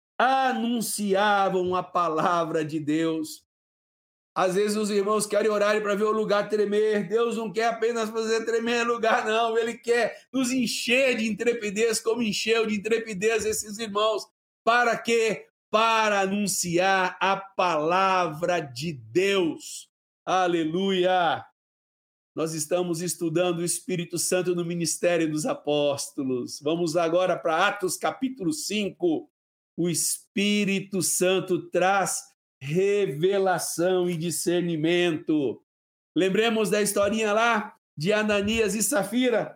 anunciavam a palavra de Deus. Às vezes os irmãos querem orar para ver o lugar tremer. Deus não quer apenas fazer tremer o lugar, não. Ele quer nos encher de intrepidez, como encheu de intrepidez esses irmãos. Para quê? Para anunciar a palavra de Deus. Aleluia! Nós estamos estudando o Espírito Santo no ministério dos apóstolos. Vamos agora para Atos capítulo cinco. O Espírito Santo traz revelação e discernimento. Lembremos da historinha lá de Ananias e Safira.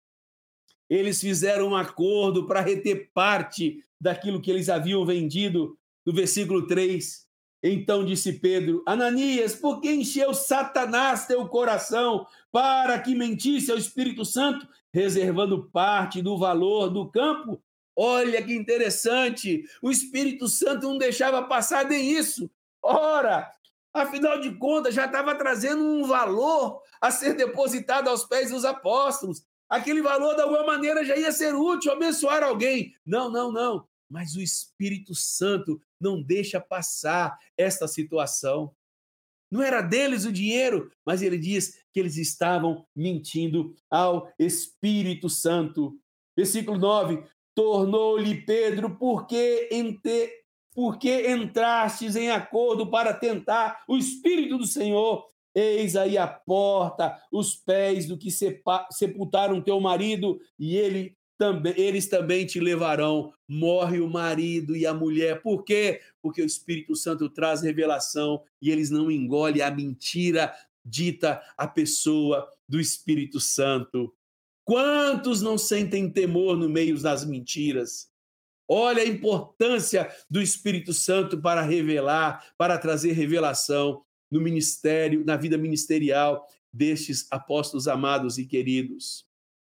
Eles fizeram um acordo para reter parte daquilo que eles haviam vendido. No versículo três, então disse Pedro: Ananias, por que encheu Satanás teu coração para que mentisse ao Espírito Santo, reservando parte do valor do campo? Olha que interessante, o Espírito Santo não deixava passar nem isso. Ora, afinal de contas, já estava trazendo um valor a ser depositado aos pés dos apóstolos. Aquele valor, de alguma maneira, já ia ser útil, abençoar alguém. Não, não, não. Mas o Espírito Santo não deixa passar esta situação. Não era deles o dinheiro, mas ele diz que eles estavam mentindo ao Espírito Santo. Versículo nove. Tornou-lhe Pedro, porque, ente... porque entrastes em acordo para tentar o Espírito do Senhor. Eis aí a porta, os pés do que sepa... sepultaram teu marido, e ele também, eles também te levarão. Morre o marido e a mulher. Por quê? Porque o Espírito Santo traz revelação e eles não engolem a mentira dita à pessoa do Espírito Santo. Quantos não sentem temor no meio das mentiras? Olha a importância do Espírito Santo para revelar, para trazer revelação no ministério, na vida ministerial destes apóstolos amados e queridos.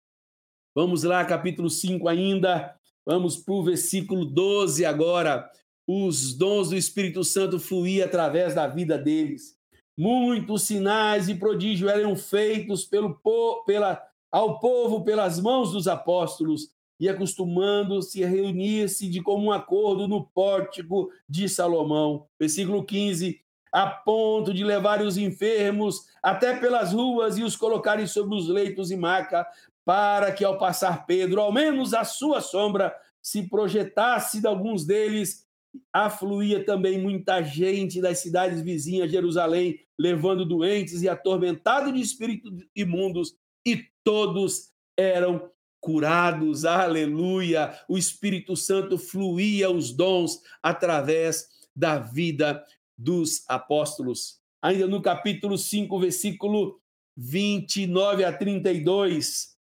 Vamos lá, capítulo cinco ainda. Vamos para o versículo doze agora. Os dons do Espírito Santo fluíam através da vida deles. Muitos sinais e prodígios eram feitos pelo, pela ao povo pelas mãos dos apóstolos, e acostumando-se a reunir-se de comum acordo no pórtico de Salomão. Versículo quinze, a ponto de levarem os enfermos até pelas ruas e os colocarem sobre os leitos e maca, para que ao passar Pedro, ao menos a sua sombra, se projetasse de alguns deles. Afluía também muita gente das cidades vizinhas a Jerusalém, levando doentes e atormentados de espíritos imundos, e todos eram curados. Aleluia! O Espírito Santo fluía os dons através da vida dos apóstolos. Ainda no capítulo cinco, versículo vinte e nove a trinta e dois.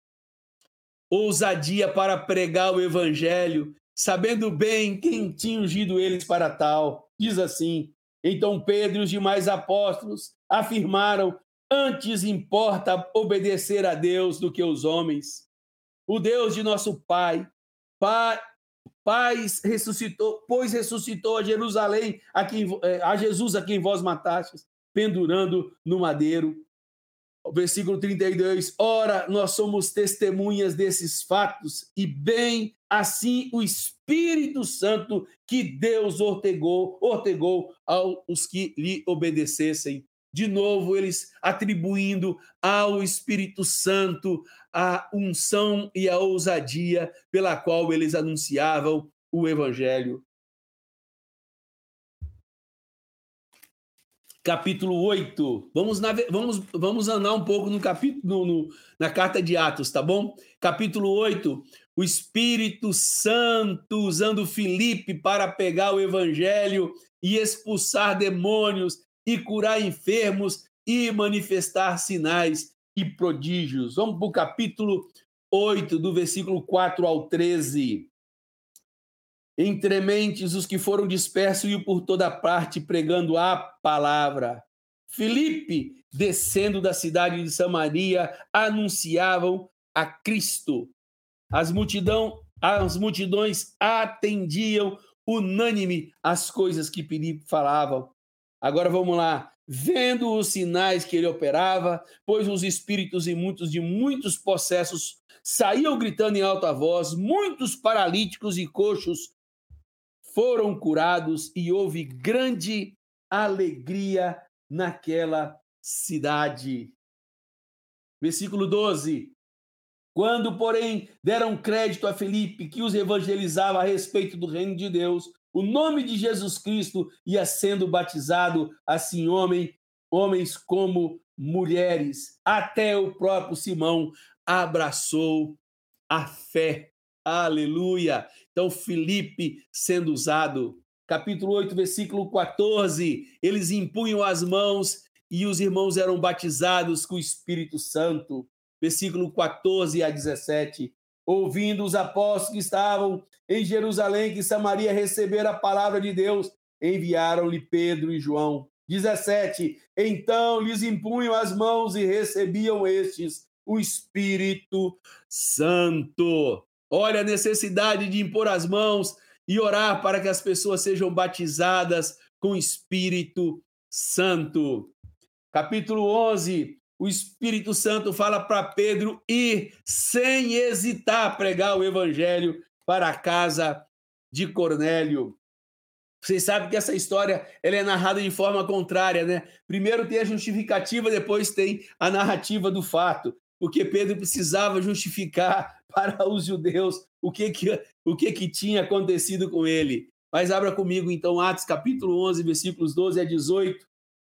Ousadia para pregar o evangelho, sabendo bem quem tinha ungido eles para tal. Diz assim: então Pedro e os demais apóstolos afirmaram: antes importa obedecer a Deus do que os homens. O Deus de nosso Pai, Pai, Pai ressuscitou, pois ressuscitou a Jerusalém, a, quem, a Jesus a quem vós matastes, pendurando no madeiro. Versículo trinta e dois, ora, nós somos testemunhas desses fatos, e bem assim o Espírito Santo que Deus ortegou, ortegou aos que lhe obedecessem. de novo eles atribuindo ao Espírito Santo a unção e a ousadia pela qual eles anunciavam o Evangelho. Capítulo oito. Vamos, na, vamos, vamos andar um pouco no capítulo, no, na carta de Atos, tá bom? Capítulo oito. O Espírito Santo usando Filipe para pegar o Evangelho e expulsar demônios e curar enfermos e manifestar sinais e prodígios. Vamos para o capítulo oito, do versículo quatro ao treze. Entre mentes os que foram dispersos e por toda parte pregando a palavra. Filipe, descendo da cidade de Samaria, anunciavam a Cristo. As, multidão, as multidões atendiam unânime às coisas que Filipe falava. Agora vamos lá. Vendo os sinais que ele operava, pois os espíritos imundos de muitos possessos saíam gritando em alta voz, muitos paralíticos e coxos foram curados e houve grande alegria naquela cidade. Versículo doze. Quando, porém, deram crédito a Filipe, que os evangelizava a respeito do reino de Deus, o nome de Jesus Cristo ia sendo batizado, assim homem, homens como mulheres. Até o próprio Simão abraçou a fé. Aleluia! Então, Filipe sendo usado. Capítulo oito, versículo quatorze. Eles impunham as mãos e os irmãos eram batizados com o Espírito Santo. Versículo quatorze a dezessete. Ouvindo os apóstolos que estavam em Jerusalém, que Samaria recebera a palavra de Deus, enviaram-lhe Pedro e João. dezessete. Então lhes impunham as mãos e recebiam estes o Espírito Santo. Olha a necessidade de impor as mãos e orar para que as pessoas sejam batizadas com o Espírito Santo. Capítulo onze. O Espírito Santo fala para Pedro ir, sem hesitar, pregar o Evangelho para a casa de Cornélio. Vocês sabem que essa história ela é narrada de forma contrária, né? Primeiro tem a justificativa, depois tem a narrativa do fato, porque Pedro precisava justificar para os judeus o que, que, o que, que tinha acontecido com ele. Mas abra comigo, então, Atos capítulo onze, versículos doze a dezoito.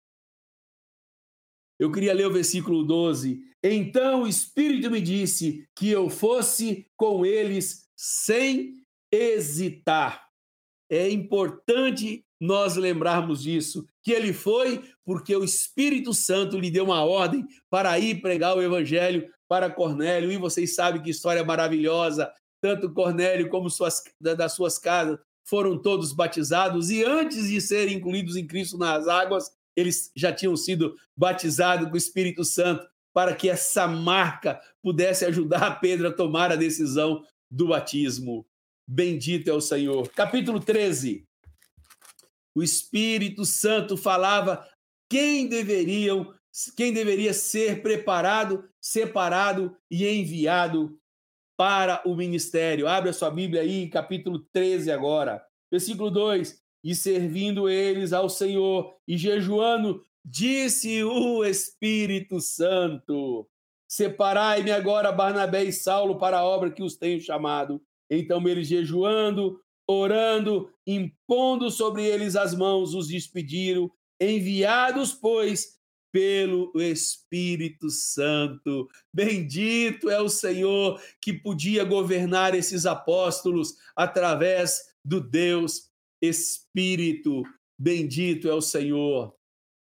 Eu queria ler o versículo doze. Então o Espírito me disse que eu fosse com eles sem hesitar. É importante nós lembrarmos disso, que ele foi porque o Espírito Santo lhe deu uma ordem para ir pregar o Evangelho para Cornélio. E vocês sabem que história maravilhosa. Tanto Cornélio como suas, das suas casas foram todos batizados. E antes de serem incluídos em Cristo nas águas, eles já tinham sido batizados com o Espírito Santo para que essa marca pudesse ajudar Pedro a tomar a decisão do batismo. Bendito é o Senhor. Capítulo treze. O Espírito Santo falava quem deveriam, quem deveria ser preparado, separado e enviado para o ministério. Abre a sua Bíblia aí, capítulo treze agora. Versículo dois. E servindo eles ao Senhor e jejuando, disse o Espírito Santo: separai-me agora Barnabé e Saulo para a obra que os tenho chamado. Então eles jejuando, orando, impondo sobre eles as mãos, os despediram, enviados, pois, pelo Espírito Santo. Bendito é o Senhor que podia governar esses apóstolos através do Deus Espírito. Bendito é o Senhor.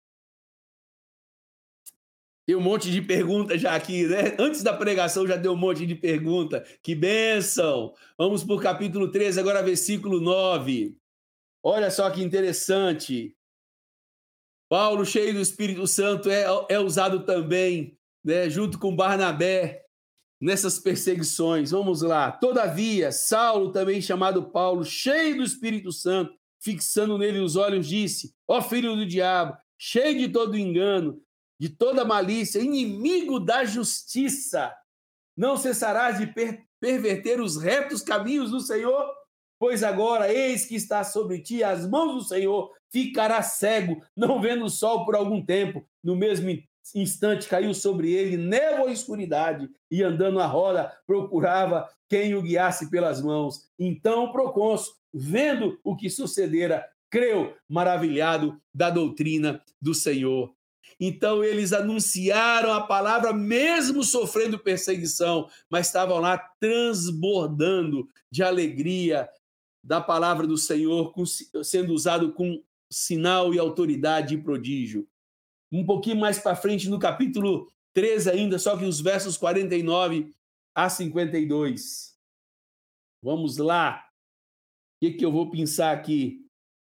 Tem um monte de perguntas já aqui, né? Antes da pregação já deu um monte de pergunta. Que bênção! Vamos para o capítulo treze, agora versículo nove. Olha só que interessante. Paulo, cheio do Espírito Santo, é, é usado também, né, junto com Barnabé, nessas perseguições. Vamos lá. Todavia, Saulo, também chamado Paulo, cheio do Espírito Santo, fixando nele os olhos, disse: ó filho do diabo, cheio de todo engano, de toda malícia, inimigo da justiça, não cessarás de per- perverter os retos caminhos do Senhor? Pois agora, eis que está sobre ti as mãos do Senhor, ficará cego, não vendo o sol por algum tempo. No mesmo instante caiu sobre ele névoa e escuridade, e andando à roda, procurava quem o guiasse pelas mãos. Então o procônsul, vendo o que sucedera, creu, maravilhado da doutrina do Senhor. Então eles anunciaram a palavra, mesmo sofrendo perseguição, mas estavam lá transbordando de alegria da palavra do Senhor, sendo usado com sinal e autoridade e prodígio. Um pouquinho mais para frente, no capítulo treze ainda, só que os versos quarenta e nove a cinquenta e dois. Vamos lá. O que, que eu vou pensar aqui?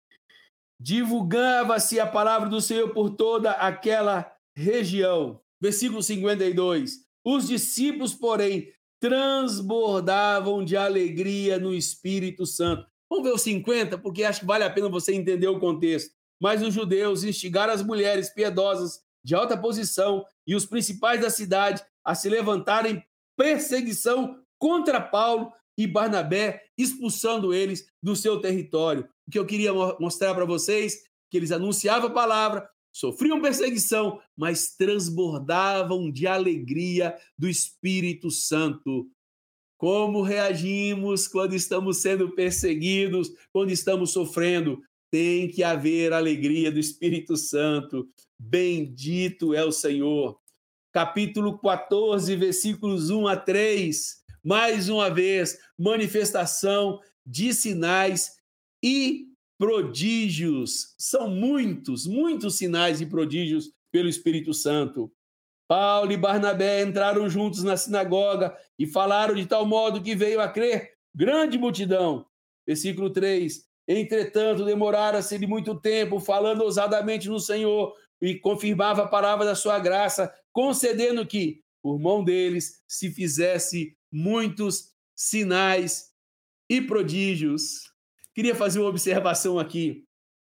Divulgava-se a palavra do Senhor por toda aquela região. Versículo cinquenta e dois. Os discípulos, porém, transbordavam de alegria no Espírito Santo. Vamos ver o cinquenta, porque acho que vale a pena você entender o contexto. Mas os judeus instigaram as mulheres piedosas de alta posição e os principais da cidade a se levantarem perseguição contra Paulo e Barnabé, expulsando eles do seu território. O que eu queria mostrar para vocês, que eles anunciavam a palavra, sofriam perseguição, mas transbordavam de alegria do Espírito Santo. Como reagimos quando estamos sendo perseguidos, quando estamos sofrendo? Tem que haver alegria do Espírito Santo. Bendito é o Senhor. Capítulo quatorze, versículos um a três. Mais uma vez, manifestação de sinais e prodígios. São muitos, muitos sinais e prodígios pelo Espírito Santo. Paulo e Barnabé entraram juntos na sinagoga e falaram de tal modo que veio a crer grande multidão. Versículo três. Entretanto, demorara-se de muito tempo, falando ousadamente no Senhor, e confirmava a palavra da sua graça, concedendo que, por mão deles, se fizesse muitos sinais e prodígios. Queria fazer uma observação aqui.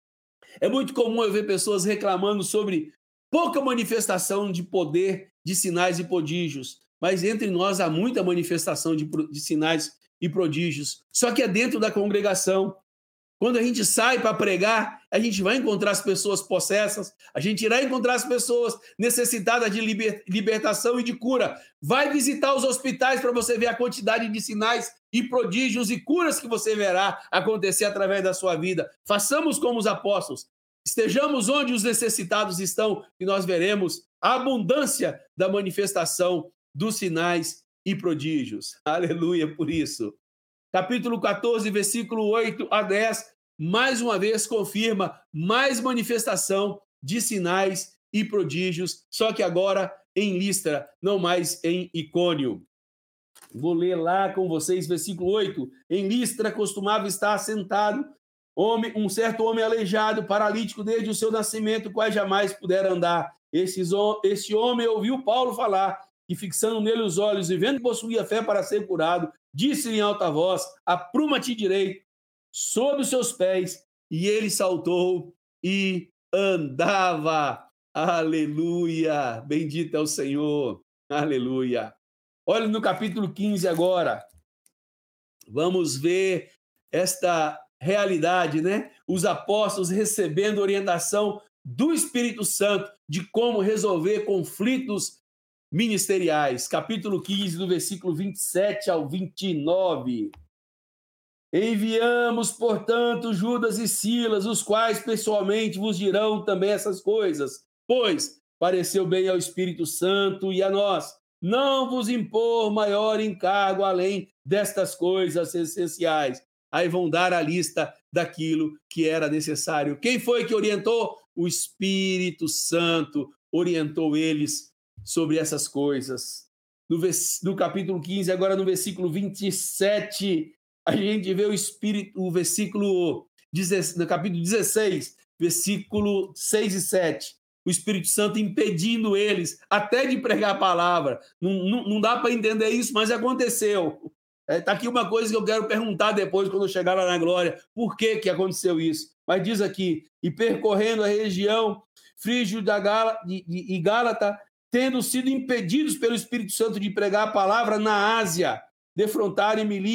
É muito comum eu ver pessoas reclamando sobre pouca manifestação de poder, de sinais e prodígios, mas entre nós há muita manifestação de, de sinais e prodígios, só que é dentro da congregação. Quando a gente sai para pregar, a gente vai encontrar as pessoas possessas, a gente irá encontrar as pessoas necessitadas de liber, libertação e de cura. Vai visitar os hospitais para você ver a quantidade de sinais e prodígios e curas que você verá acontecer através da sua vida. Façamos como os apóstolos. Estejamos onde os necessitados estão e nós veremos a abundância da manifestação dos sinais e prodígios. Aleluia por isso. Capítulo quatorze, versículo oito a dez, mais uma vez confirma mais manifestação de sinais e prodígios, só que agora em Listra, não mais em Icônio. Vou ler lá com vocês, versículo oito. Em Listra costumava estar assentado homem, um certo homem aleijado, paralítico desde o seu nascimento, qual jamais pudera andar. Esses, esse homem ouviu Paulo falar e, fixando nele os olhos e vendo que possuía fé para ser curado, disse-lhe em alta voz: apruma-te direito sob os seus pés. E ele saltou e andava. Aleluia! Bendito é o Senhor. Aleluia! Olha no capítulo quinze agora. Vamos ver esta realidade, né? Os apóstolos recebendo orientação do Espírito Santo de como resolver conflitos ministeriais. Capítulo quinze, do versículo vinte e sete ao vinte e nove. Enviamos, portanto, Judas e Silas, os quais pessoalmente vos dirão também essas coisas, pois pareceu bem ao Espírito Santo e a nós não vos impor maior encargo além destas coisas essenciais. Aí vão dar a lista daquilo que era necessário. Quem foi que orientou? O Espírito Santo orientou eles sobre essas coisas. No, vers... no capítulo quinze, agora no versículo vinte e sete, a gente vê o Espírito, o versículo, no capítulo dezesseis, versículo seis e sete, o Espírito Santo impedindo eles até de pregar a palavra. Não, não, não dá para entender isso, mas aconteceu. Está é, aqui uma coisa que eu quero perguntar depois, quando eu chegar lá na glória. Por que, que aconteceu isso? Mas diz aqui: e percorrendo a região frígio da Gala, e, e, e Gálata, tendo sido impedidos pelo Espírito Santo de pregar a palavra na Ásia, defrontaram em milícia,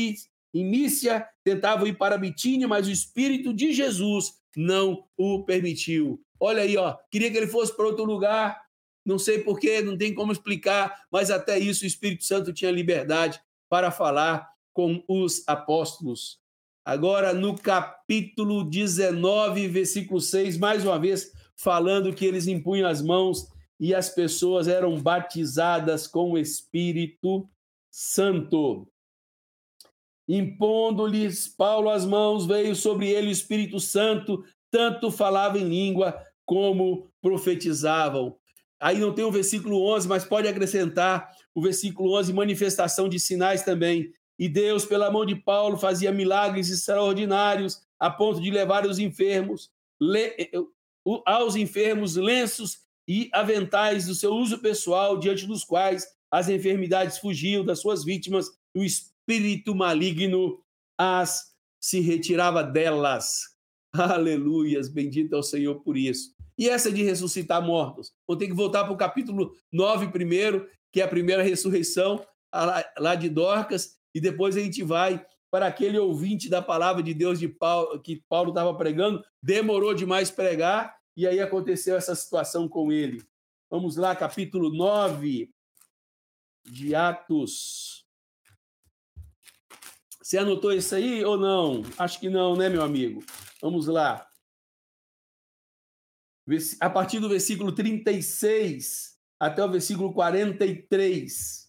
em Mísia, tentavam ir para Bitínia, mas o Espírito de Jesus não o permitiu. Olha aí, ó, queria que ele fosse para outro lugar, não sei porquê, não tem como explicar, mas até isso o Espírito Santo tinha liberdade para falar com os apóstolos. Agora, no capítulo dezenove, versículo seis, mais uma vez, falando que eles impunham as mãos e as pessoas eram batizadas com o Espírito Santo. Impondo-lhes Paulo as mãos, veio sobre ele o Espírito Santo, tanto falava em língua como profetizavam. Aí não tem o versículo onze, mas pode acrescentar o versículo onze, manifestação de sinais também. E Deus, pela mão de Paulo, fazia milagres extraordinários, a ponto de levar os enfermos, aos enfermos lenços e aventais do seu uso pessoal, diante dos quais as enfermidades fugiam das suas vítimas, e o espírito maligno as se retirava delas. Aleluias, bendito é o Senhor por isso. E essa de ressuscitar mortos? Vou ter que voltar para o capítulo nove primeiro, que é a primeira ressurreição, lá de Dorcas, e depois a gente vai para aquele ouvinte da palavra de Deus de Paulo, que Paulo estava pregando, demorou demais pregar, e aí aconteceu essa situação com ele. Vamos lá, capítulo nove de Atos. Você anotou isso aí ou não? Acho que não, né, meu amigo? Vamos lá. A partir do versículo trinta e seis até o versículo quarenta e três.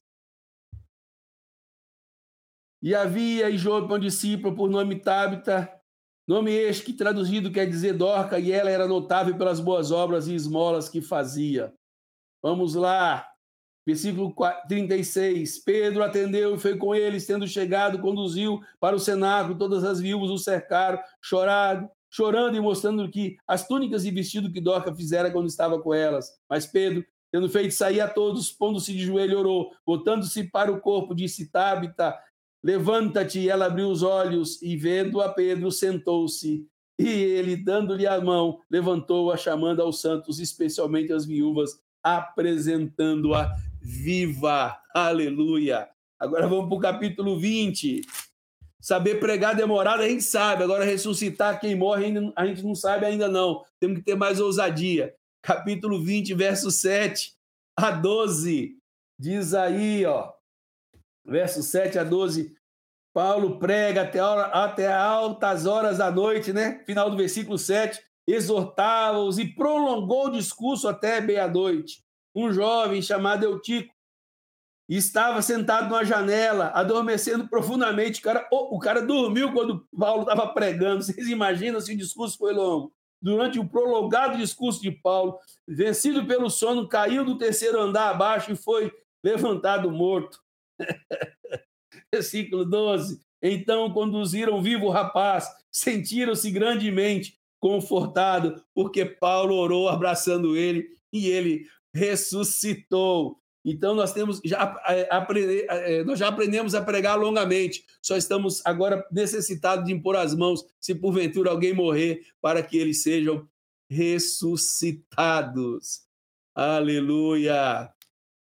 E havia em Jope um discípulo por nome Tabita, nome este que traduzido quer dizer Dorca, e ela era notável pelas boas obras e esmolas que fazia. Vamos lá, versículo trinta e seis. Pedro atendeu e foi com eles, tendo chegado, conduziu para o cenáculo, todas as viúvas o cercaram, chorado, chorando e mostrando que as túnicas e vestido que Dorca fizera quando estava com elas. Mas Pedro, tendo feito sair a todos, pondo-se de joelho, orou, voltando-se para o corpo, disse: Tabita, levanta-te. E ela abriu os olhos e, vendo a Pedro, sentou-se. E ele, dando-lhe a mão, levantou-a, chamando aos santos, especialmente as viúvas, apresentando-a viva. Aleluia. Agora vamos para o capítulo vinte. Saber pregar demorado a gente sabe, agora ressuscitar quem morre a gente não sabe ainda não. Temos que ter mais ousadia. Capítulo vinte, verso sete a doze. Diz aí, ó. Verso sete a doze. Paulo prega até, hora, até altas horas da noite, né? Final do versículo sete. Exortava-os e prolongou o discurso até meia-noite. Um jovem chamado Eutico estava sentado numa janela, adormecendo profundamente. O cara, o cara dormiu quando Paulo estava pregando. Vocês imaginam se o discurso foi longo? Durante o prolongado discurso de Paulo, vencido pelo sono, caiu do terceiro andar abaixo e foi levantado morto. Versículo doze. Então conduziram vivo o rapaz, sentiram-se grandemente confortado, porque Paulo orou abraçando ele e ele ressuscitou. Então nós temos já aprender, nós já aprendemos a pregar longamente. Só estamos agora necessitados de impor as mãos, se porventura alguém morrer, para que eles sejam ressuscitados. Aleluia.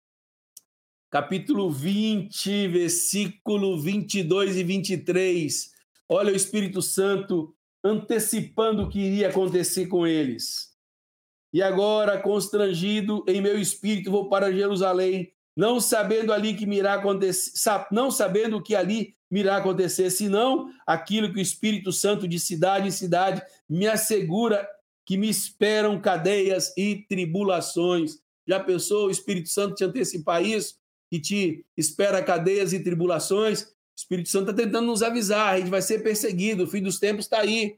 Capítulo vinte, versículo vinte e dois e vinte e três. Olha o Espírito Santo antecipando o que iria acontecer com eles. E agora, constrangido em meu espírito, vou para Jerusalém, não sabendo ali que me irá acontecer, não sabendo o que ali me irá acontecer, senão aquilo que o Espírito Santo de cidade em cidade me assegura que me esperam cadeias e tribulações. Já pensou o Espírito Santo te antecipar isso? Que te espera cadeias e tribulações? O Espírito Santo está tentando nos avisar, a gente vai ser perseguido, o fim dos tempos está aí.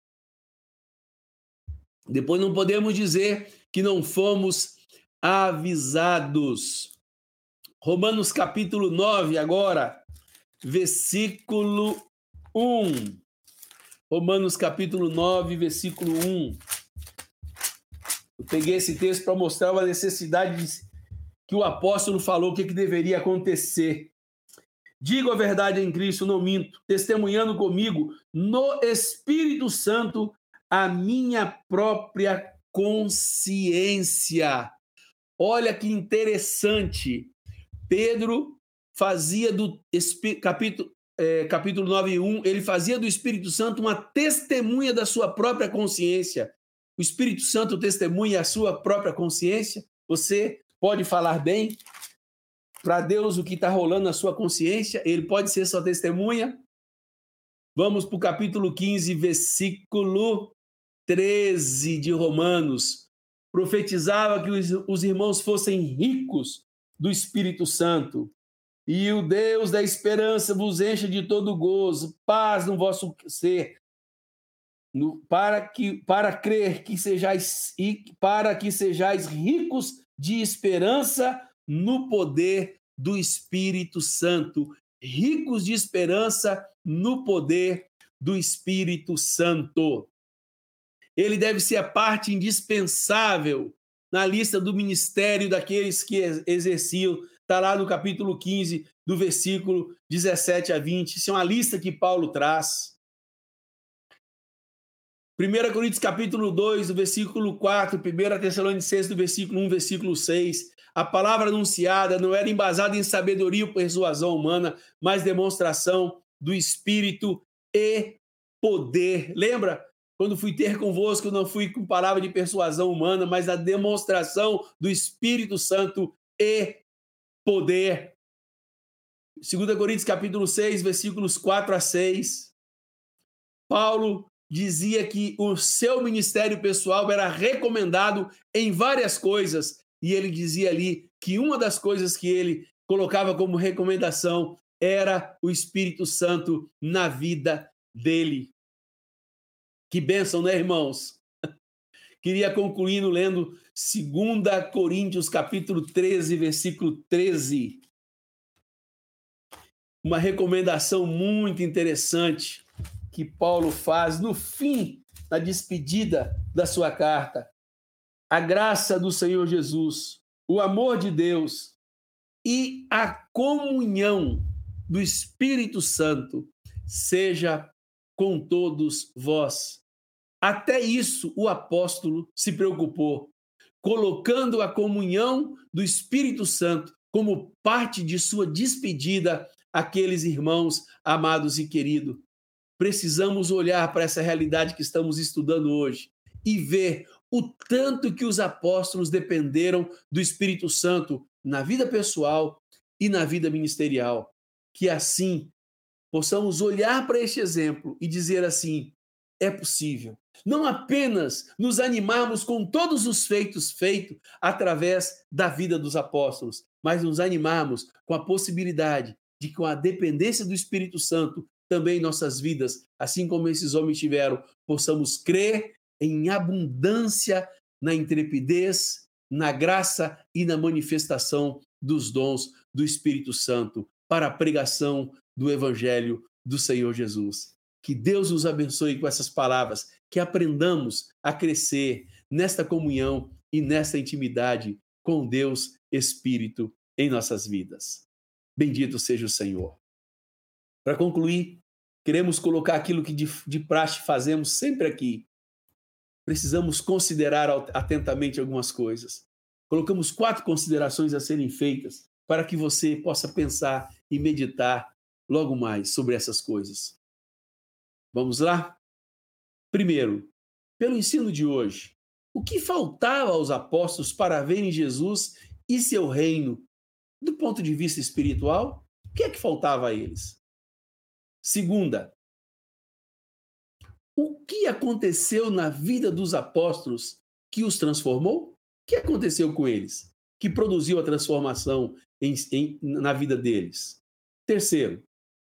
Depois não podemos dizer que não fomos avisados. Romanos capítulo nove agora, versículo um. Romanos capítulo nove, versículo um. Eu peguei esse texto para mostrar uma necessidade de, que o apóstolo falou o que, que deveria acontecer. Digo a verdade em Cristo, não minto, testemunhando comigo no Espírito Santo a minha própria consciência. Olha que interessante. Pedro fazia do capítulo, é, capítulo nove, um, ele fazia do Espírito Santo uma testemunha da sua própria consciência. O Espírito Santo testemunha a sua própria consciência. Você pode falar bem para Deus o que está rolando na sua consciência, ele pode ser sua testemunha. Vamos para o capítulo quinze, versículo treze de Romanos. Profetizava que os, os irmãos fossem ricos do Espírito Santo. E o Deus da esperança vos encha de todo gozo, paz no vosso ser, no, para, que, para crer que sejais, e para que sejais ricos de esperança no poder do Espírito Santo. Ricos de esperança no poder do Espírito Santo. Ele deve ser a parte indispensável na lista do ministério daqueles que exerciam. Está lá no capítulo quinze, do versículo dezessete a vinte. Isso é uma lista que Paulo traz. primeira Coríntios, capítulo dois, do versículo quatro. primeira Tessalonicenses, do versículo um, versículo seis. A palavra anunciada não era embasada em sabedoria ou persuasão humana, mas demonstração do Espírito e poder. Lembra? Quando fui ter convosco, não fui com palavra de persuasão humana, mas a demonstração do Espírito Santo e poder. segunda Coríntios, capítulo seis, versículos quatro a seis. Paulo dizia que o seu ministério pessoal era recomendado em várias coisas, e ele dizia ali que uma das coisas que ele colocava como recomendação era o Espírito Santo na vida dele. Que bênção, né, irmãos? Queria concluir lendo segunda Coríntios, capítulo treze, versículo treze. Uma recomendação muito interessante que Paulo faz no fim, na despedida da sua carta. A graça do Senhor Jesus, o amor de Deus e a comunhão do Espírito Santo seja com todos vós. Até isso o apóstolo se preocupou, colocando a comunhão do Espírito Santo como parte de sua despedida àqueles irmãos amados e queridos. Precisamos olhar para essa realidade que estamos estudando hoje e ver o tanto que os apóstolos dependeram do Espírito Santo na vida pessoal e na vida ministerial. Que assim possamos olhar para este exemplo e dizer assim: é possível. Não apenas nos animarmos com todos os feitos feitos através da vida dos apóstolos, mas nos animarmos com a possibilidade de que, com a dependência do Espírito Santo, também em nossas vidas, assim como esses homens tiveram, possamos crer em abundância na intrepidez, na graça e na manifestação dos dons do Espírito Santo para a pregação do Evangelho do Senhor Jesus. Que Deus nos abençoe com essas palavras, que aprendamos a crescer nesta comunhão e nesta intimidade com Deus Espírito em nossas vidas. Bendito seja o Senhor. Para concluir, queremos colocar aquilo que de, de praxe fazemos sempre aqui. Precisamos considerar atentamente algumas coisas. Colocamos quatro considerações a serem feitas para que você possa pensar e meditar logo mais sobre essas coisas. Vamos lá? Primeiro, pelo ensino de hoje, o que faltava aos apóstolos para verem Jesus e seu reino do ponto de vista espiritual? O que é que faltava a eles? Segunda, o que aconteceu na vida dos apóstolos que os transformou? O que aconteceu com eles que produziu a transformação em, em, na vida deles? Terceiro,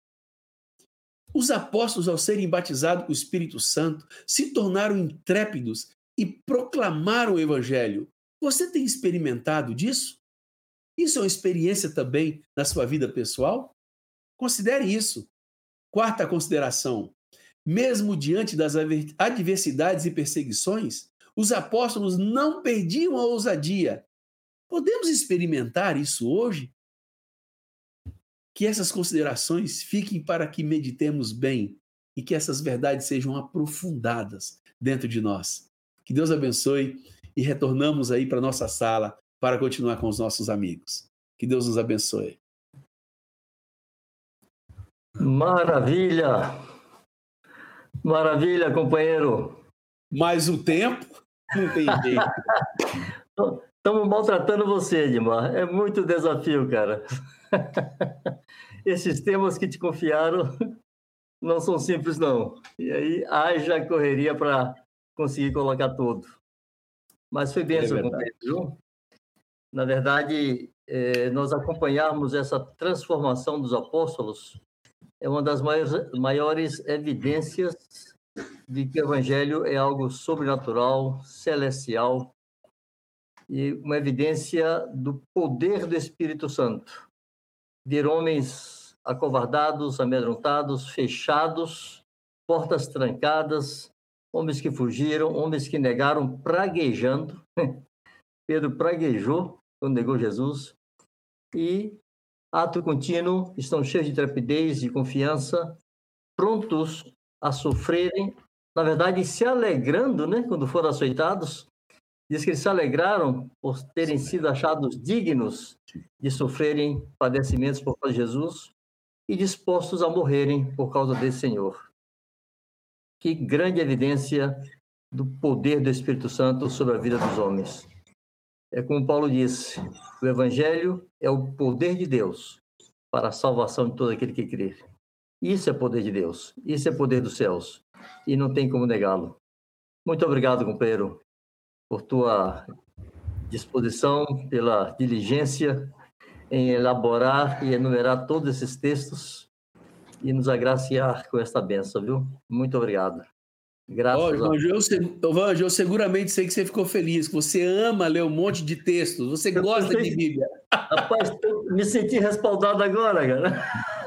os apóstolos, ao serem batizados com o Espírito Santo, se tornaram intrépidos e proclamaram o Evangelho. Você tem experimentado disso? Isso é uma experiência também na sua vida pessoal? Considere isso. Quarta consideração. Mesmo diante das adversidades e perseguições, os apóstolos não perdiam a ousadia. Podemos experimentar isso hoje? Que essas considerações fiquem para que meditemos bem e que essas verdades sejam aprofundadas dentro de nós. Que Deus abençoe e retornamos aí para a nossa sala para continuar com os nossos amigos. Que Deus nos abençoe. Maravilha! Maravilha, companheiro! Mas o tempo não tem jeito. Estamos maltratando você, Edmar. É muito desafio, cara. Esses temas que te confiaram não são simples, não. E aí, haja correria para conseguir colocar tudo. Mas foi bênção, É companheiro, viu? Na verdade, é, nós acompanharmos essa transformação dos apóstolos é uma das maiores, maiores evidências de que o Evangelho é algo sobrenatural, celestial, e uma evidência do poder do Espírito Santo. Ver homens acovardados, amedrontados, fechados, portas trancadas, homens que fugiram, homens que negaram, praguejando. Pedro praguejou quando negou Jesus. E, ato contínuo, estão cheios de trepidez e confiança, prontos a sofrerem, na verdade, se alegrando, né, quando foram açoitados. Diz que eles se alegraram por terem sido achados dignos de sofrerem padecimentos por causa de Jesus e dispostos a morrerem por causa desse Senhor. Que grande evidência do poder do Espírito Santo sobre a vida dos homens. É como Paulo disse, o Evangelho é o poder de Deus para a salvação de todo aquele que crê. Isso é poder de Deus, isso é poder dos céus, e não tem como negá-lo. Muito obrigado, companheiro, por tua disposição, pela diligência em elaborar e enumerar todos esses textos e nos agraciar com esta bênção, viu? Muito obrigado. Graças oh, a Deus. Vanjo, eu seguramente sei que você ficou feliz, que você ama ler um monte de textos, você eu gosta pensei... de Bíblia. Rapaz, me senti respaldado agora, cara.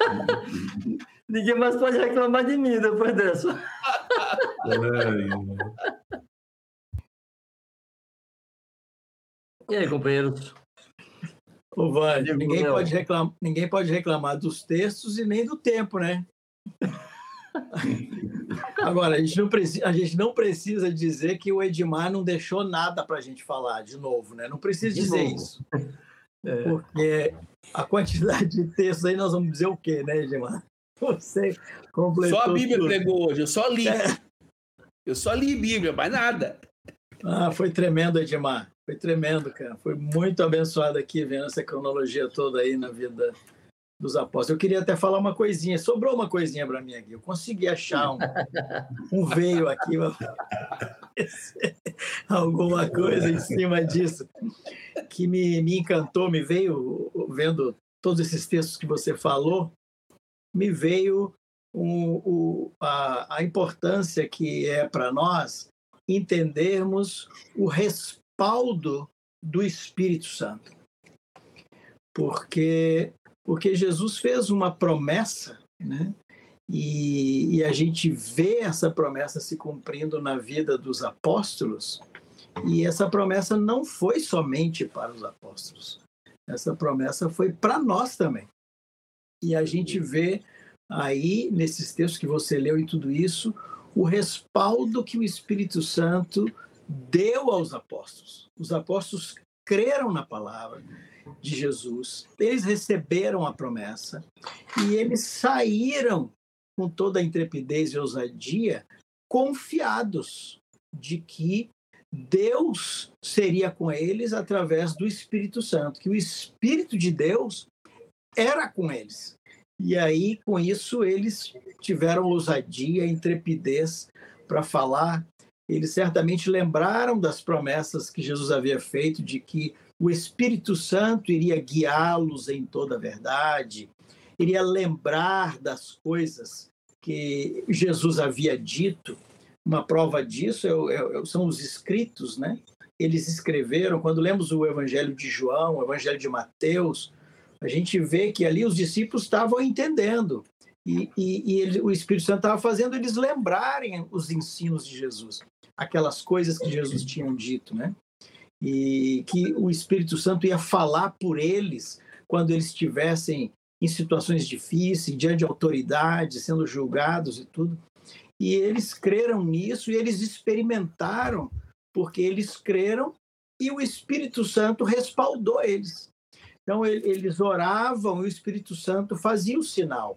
Ninguém mais pode reclamar de mim depois dessa. E aí, companheiros? Ô, Vanjo, ninguém pode reclamar, ninguém pode reclamar dos textos e nem do tempo, né? Agora, a gente, não precisa, a gente não precisa dizer que o Edmar não deixou nada para a gente falar de novo, né? Não precisa de dizer novo. isso. É. Porque a quantidade de textos aí, nós vamos dizer o quê, né, Edmar? Você completou Só a Bíblia tudo. pregou hoje, eu só li. É. Eu só li Bíblia, mais nada. Ah, foi tremendo, Edmar. Foi tremendo, cara. Foi muito abençoado aqui, vendo essa cronologia toda aí na vida dos apóstolos. Eu queria até falar uma coisinha. Sobrou uma coisinha para mim aqui. Eu consegui achar um, um veio aqui, alguma coisa em cima disso, que me, me encantou, me veio, vendo todos esses textos que você falou, me veio um, um, a, a importância que é para nós entendermos o respaldo do Espírito Santo. Porque, porque Jesus fez uma promessa, né? E, e a gente vê essa promessa se cumprindo na vida dos apóstolos, e essa promessa não foi somente para os apóstolos, essa promessa foi para nós também. E a gente vê aí, nesses textos que você leu e tudo isso, o respaldo que o Espírito Santo deu aos apóstolos. Os apóstolos creram na palavra de Jesus, eles receberam a promessa e eles saíram com toda a intrepidez e ousadia, confiados de que Deus seria com eles através do Espírito Santo, que o Espírito de Deus era com eles. E aí, com isso, eles tiveram ousadia, intrepidez para falar. Eles certamente lembraram das promessas que Jesus havia feito, de que o Espírito Santo iria guiá-los em toda a verdade, iria lembrar das coisas que Jesus havia dito. Uma prova disso é, é, são os escritos, né? Eles escreveram, quando lemos o Evangelho de João, o Evangelho de Mateus, a gente vê que ali os discípulos estavam entendendo e, e, e ele, o Espírito Santo estava fazendo eles lembrarem os ensinos de Jesus, aquelas coisas que Jesus tinha dito, né? E que o Espírito Santo ia falar por eles quando eles estivessem em situações difíceis, diante de autoridade, sendo julgados e tudo. E eles creram nisso e eles experimentaram, porque eles creram e o Espírito Santo respaldou eles. Então, eles oravam e o Espírito Santo fazia o sinal.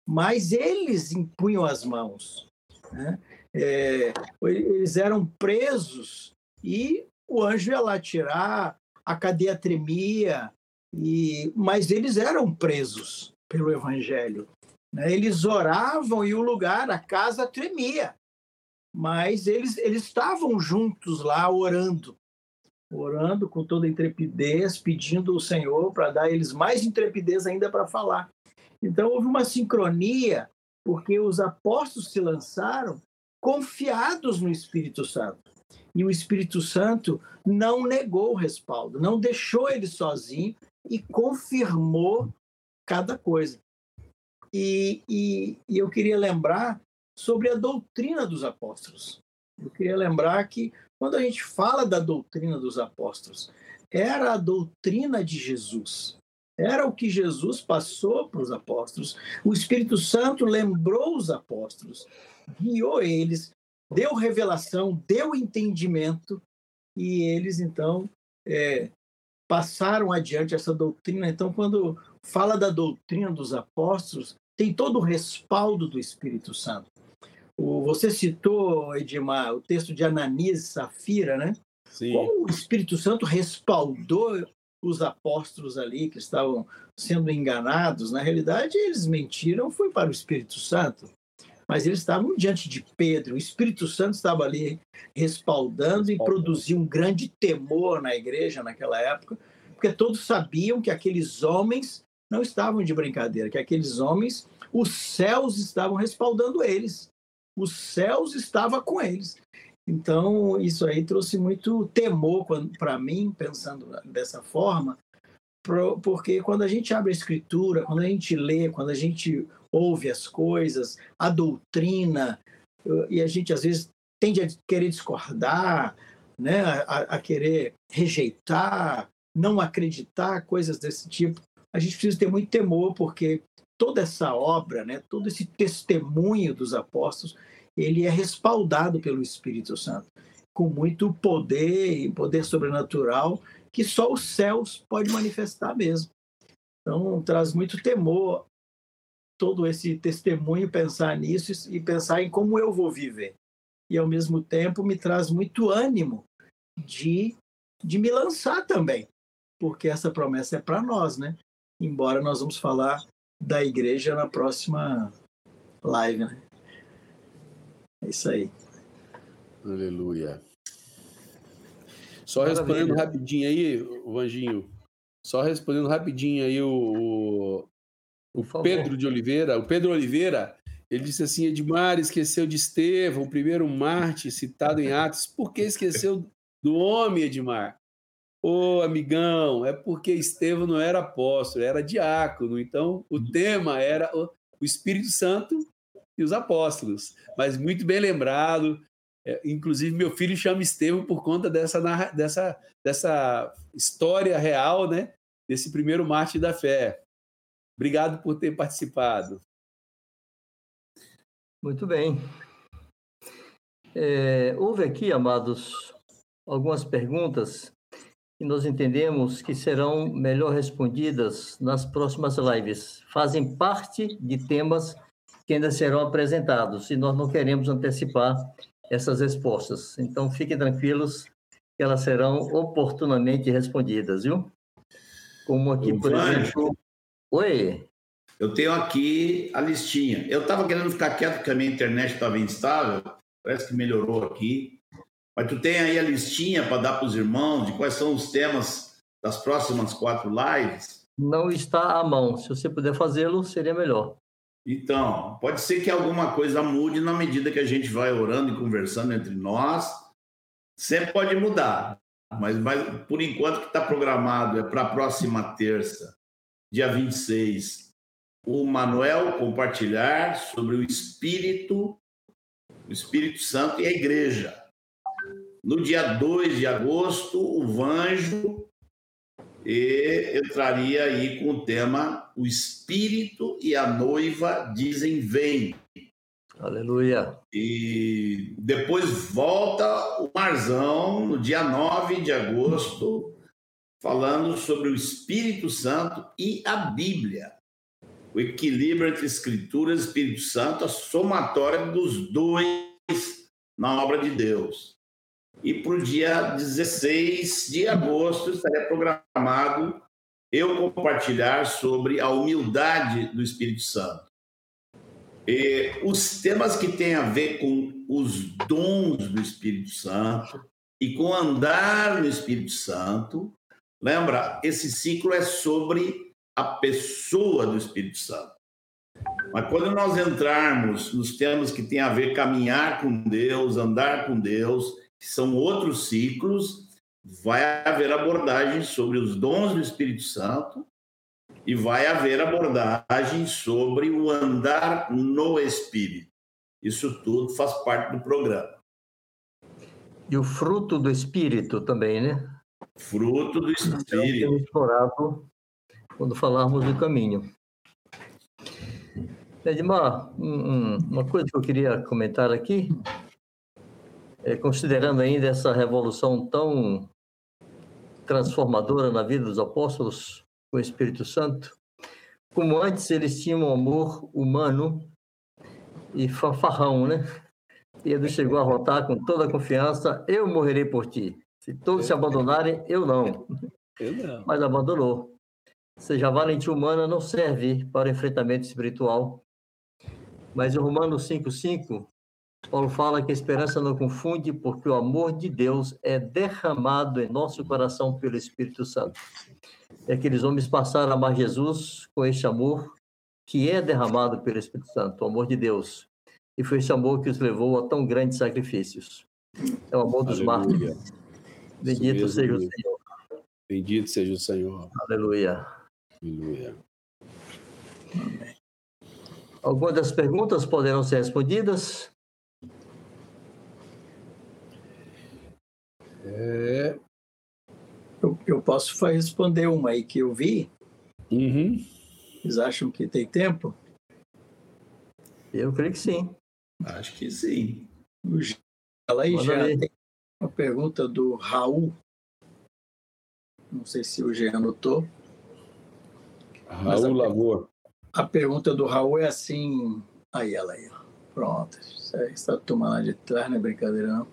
mas eles impunham as mãos, né? É, eles eram presos e o anjo ia lá tirar, a cadeia tremia, e, mas eles eram presos pelo Evangelho, né? Eles oravam e o lugar, a casa tremia, mas eles, eles estavam juntos lá orando, orando com toda intrepidez, pedindo ao Senhor para dar a eles mais intrepidez ainda para falar. Então houve uma sincronia, porque os apóstolos se lançaram confiados no Espírito Santo. E o Espírito Santo não negou o respaldo, não deixou ele sozinho e confirmou cada coisa. E, e, e eu queria lembrar sobre a doutrina dos apóstolos. Eu queria lembrar que, quando a gente fala da doutrina dos apóstolos, era a doutrina de Jesus. Era o que Jesus passou para os apóstolos. O Espírito Santo lembrou os apóstolos, guiou eles, deu revelação, deu entendimento, e eles, então, é, passaram adiante essa doutrina. Então, quando fala da doutrina dos apóstolos, tem todo o respaldo do Espírito Santo. O, você citou, Edmar, o texto de Ananias e Safira, né? Sim. Como o Espírito Santo respaldou os apóstolos ali que estavam sendo enganados. Na realidade, eles mentiram, foi para o Espírito Santo. Mas eles estavam diante de Pedro. O Espírito Santo estava ali respaldando e produziu um grande temor na igreja naquela época, porque todos sabiam que aqueles homens não estavam de brincadeira, que aqueles homens, os céus estavam respaldando eles. Os céus estavam com eles. Então, isso aí trouxe muito temor para mim, pensando dessa forma, porque quando a gente abre a Escritura, quando a gente lê, quando a gente ouve as coisas, a doutrina, e a gente às vezes tende a querer discordar, né, a, a querer rejeitar, não acreditar, coisas desse tipo, a gente precisa ter muito temor, porque toda essa obra, né, todo esse testemunho dos apóstolos, ele é respaldado pelo Espírito Santo, com muito poder e poder sobrenatural, que só os céus podem manifestar mesmo. Então, traz muito temor todo esse testemunho, pensar nisso e pensar em como eu vou viver. E, ao mesmo tempo, me traz muito ânimo de, de me lançar também, porque essa promessa é para nós, né? Embora nós vamos falar da igreja na próxima live, né? É isso aí. Aleluia. Só respondendo rapidinho aí, o Anjinho, só respondendo rapidinho aí o, o, o Pedro de Oliveira, o Pedro Oliveira, ele disse assim: Edmar esqueceu de Estevão, o primeiro mártir citado em Atos. Por que esqueceu do homem, Edmar? Ô, amigão, é porque Estevão não era apóstolo, era diácono. Então, o tema era o, o Espírito Santo e os apóstolos. Mas muito bem lembrado. É, inclusive, meu filho chama Estevão por conta dessa, dessa, dessa história real, né? Desse primeiro mártir da fé. Obrigado por ter participado. Muito bem. É, houve aqui, amados, algumas perguntas que nós entendemos que serão melhor respondidas nas próximas lives. Fazem parte de temas que ainda serão apresentados e nós não queremos antecipar essas respostas. Então, fiquem tranquilos que elas serão oportunamente respondidas, viu? Como aqui, por exemplo... Oi? Eu tenho aqui a listinha. Eu estava querendo ficar quieto porque a minha internet estava instável. Parece que melhorou aqui. Mas tu tem aí a listinha para dar para os irmãos de quais são os temas das próximas quatro lives? Não está à mão. Se você puder fazê-lo, seria melhor. Então, pode ser que alguma coisa mude na medida que a gente vai orando e conversando entre nós. Sempre pode mudar, mas, mas por enquanto que está programado é para a próxima terça, dia vinte e seis, o Manuel compartilhar sobre o Espírito, o Espírito Santo e a Igreja. No dia dois de agosto, o Vanjo e entraria aí com o tema O Espírito e a Noiva dizem vem. Aleluia. E depois volta o Marzão no dia nove de agosto, falando sobre o Espírito Santo e a Bíblia. o equilíbrio entre Escritura e Espírito Santo, a somatória dos dois na obra de Deus. E para o dia dezesseis de agosto estaria programado eu compartilhar sobre a humildade do Espírito Santo. E os temas que têm a ver com os dons do Espírito Santo e com andar no Espírito Santo, lembra, esse ciclo é sobre a pessoa do Espírito Santo. Mas quando nós entrarmos nos temas que têm a ver caminhar com Deus, andar com Deus, que são outros ciclos, vai haver abordagem sobre os dons do Espírito Santo e vai haver abordagem sobre o andar no Espírito. Isso tudo faz parte do programa. E o fruto do Espírito também, né? Fruto do Espírito. Então, explorado quando falarmos do caminho. Edmar, um, uma coisa que eu queria comentar aqui, é, considerando ainda essa revolução tão transformadora na vida dos apóstolos com o Espírito Santo, como antes eles tinham um amor humano e fanfarrão, né? E ele chegou a rotar com toda a confiança: eu morrerei por ti. Se todos se abandonarem, eu não. Eu não. Mas abandonou. Ou seja, a valentia humana não serve para o enfrentamento espiritual. Mas em Romanos cinco, cinco, Paulo fala que a esperança não confunde, porque o amor de Deus é derramado em nosso coração pelo Espírito Santo. E aqueles homens passaram a amar Jesus com este amor que é derramado pelo Espírito Santo, o amor de Deus. E foi esse amor que os levou a tão grandes sacrifícios. É o amor dos Aleluia. mártires. Bendito seja o Senhor. Bendito seja o Senhor. Aleluia. Aleluia. Amém. Algumas das perguntas poderão ser respondidas? É... Eu, eu posso responder uma aí que eu vi. Uhum. Vocês acham que tem tempo? Eu creio que sim. Acho que sim. Ela aí Manda já ver. tem uma pergunta do Raul. Não sei se o Jean anotou. Mas a- Raul Lavor. A pergunta do Raul é assim... Aí, ela aí. Ó. Pronto. Isso aí está tomando lá de trás, não é brincadeira, não.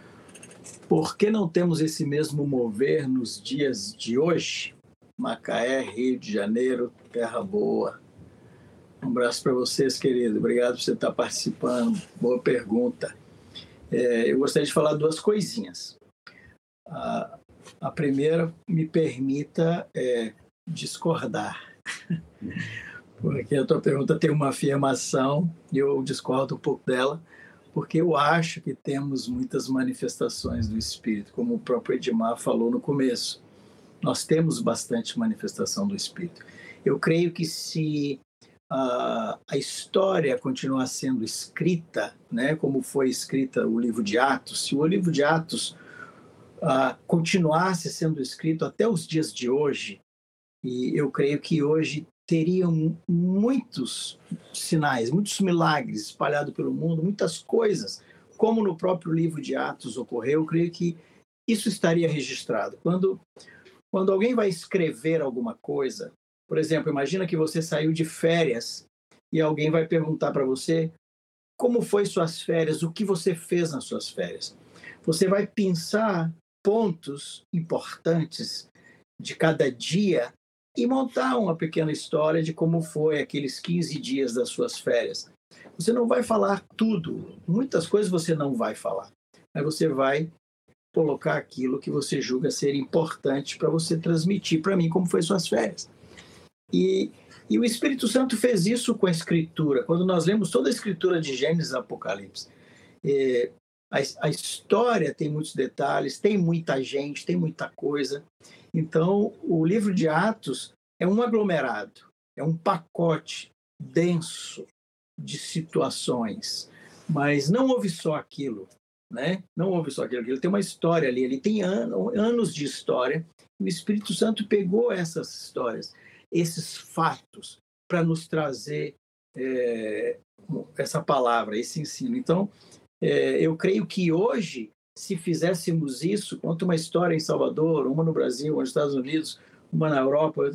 Por que não temos esse mesmo mover nos dias de hoje? Macaé, Rio de Janeiro, terra boa. Um abraço para vocês, querido. Obrigado por você estar participando. Boa pergunta. É, eu gostaria de falar duas coisinhas. A, a primeira, me permita é, discordar. Porque a tua pergunta tem uma afirmação e eu discordo um pouco dela, porque eu acho que temos muitas manifestações do Espírito, como o próprio Edmar falou no começo. Nós temos bastante manifestação do Espírito. Eu creio que se a, a história continuar sendo escrita, né, como foi escrita o livro de Atos, se o livro de Atos uh, continuasse sendo escrito até os dias de hoje, e eu creio que hoje teriam muitos sinais, muitos milagres espalhados pelo mundo, muitas coisas, como no próprio livro de Atos ocorreu, eu creio que isso estaria registrado. Quando, quando alguém vai escrever alguma coisa, por exemplo, imagina que você saiu de férias e alguém vai perguntar para você como foi suas férias, o que você fez nas suas férias. Você vai pensar pontos importantes de cada dia e montar uma pequena história de como foi aqueles quinze dias das suas férias. Você não vai falar tudo, muitas coisas você não vai falar, mas você vai colocar aquilo que você julga ser importante para você transmitir para mim como foi suas férias. E, e o Espírito Santo fez isso com a Escritura. Quando nós lemos toda a Escritura de Gênesis e Apocalipse, é, a, a história tem muitos detalhes, tem muita gente, tem muita coisa. Então, o livro de Atos é um aglomerado, é um pacote denso de situações, mas não houve só aquilo, né? Não houve só aquilo, ele tem uma história ali, ele tem an- anos de história, e o Espírito Santo pegou essas histórias, esses fatos, para nos trazer é, essa palavra, esse ensino. Então, é, eu creio que hoje, se fizéssemos isso, conta uma história em Salvador, uma no Brasil, uma nos Estados Unidos, uma na Europa, outra,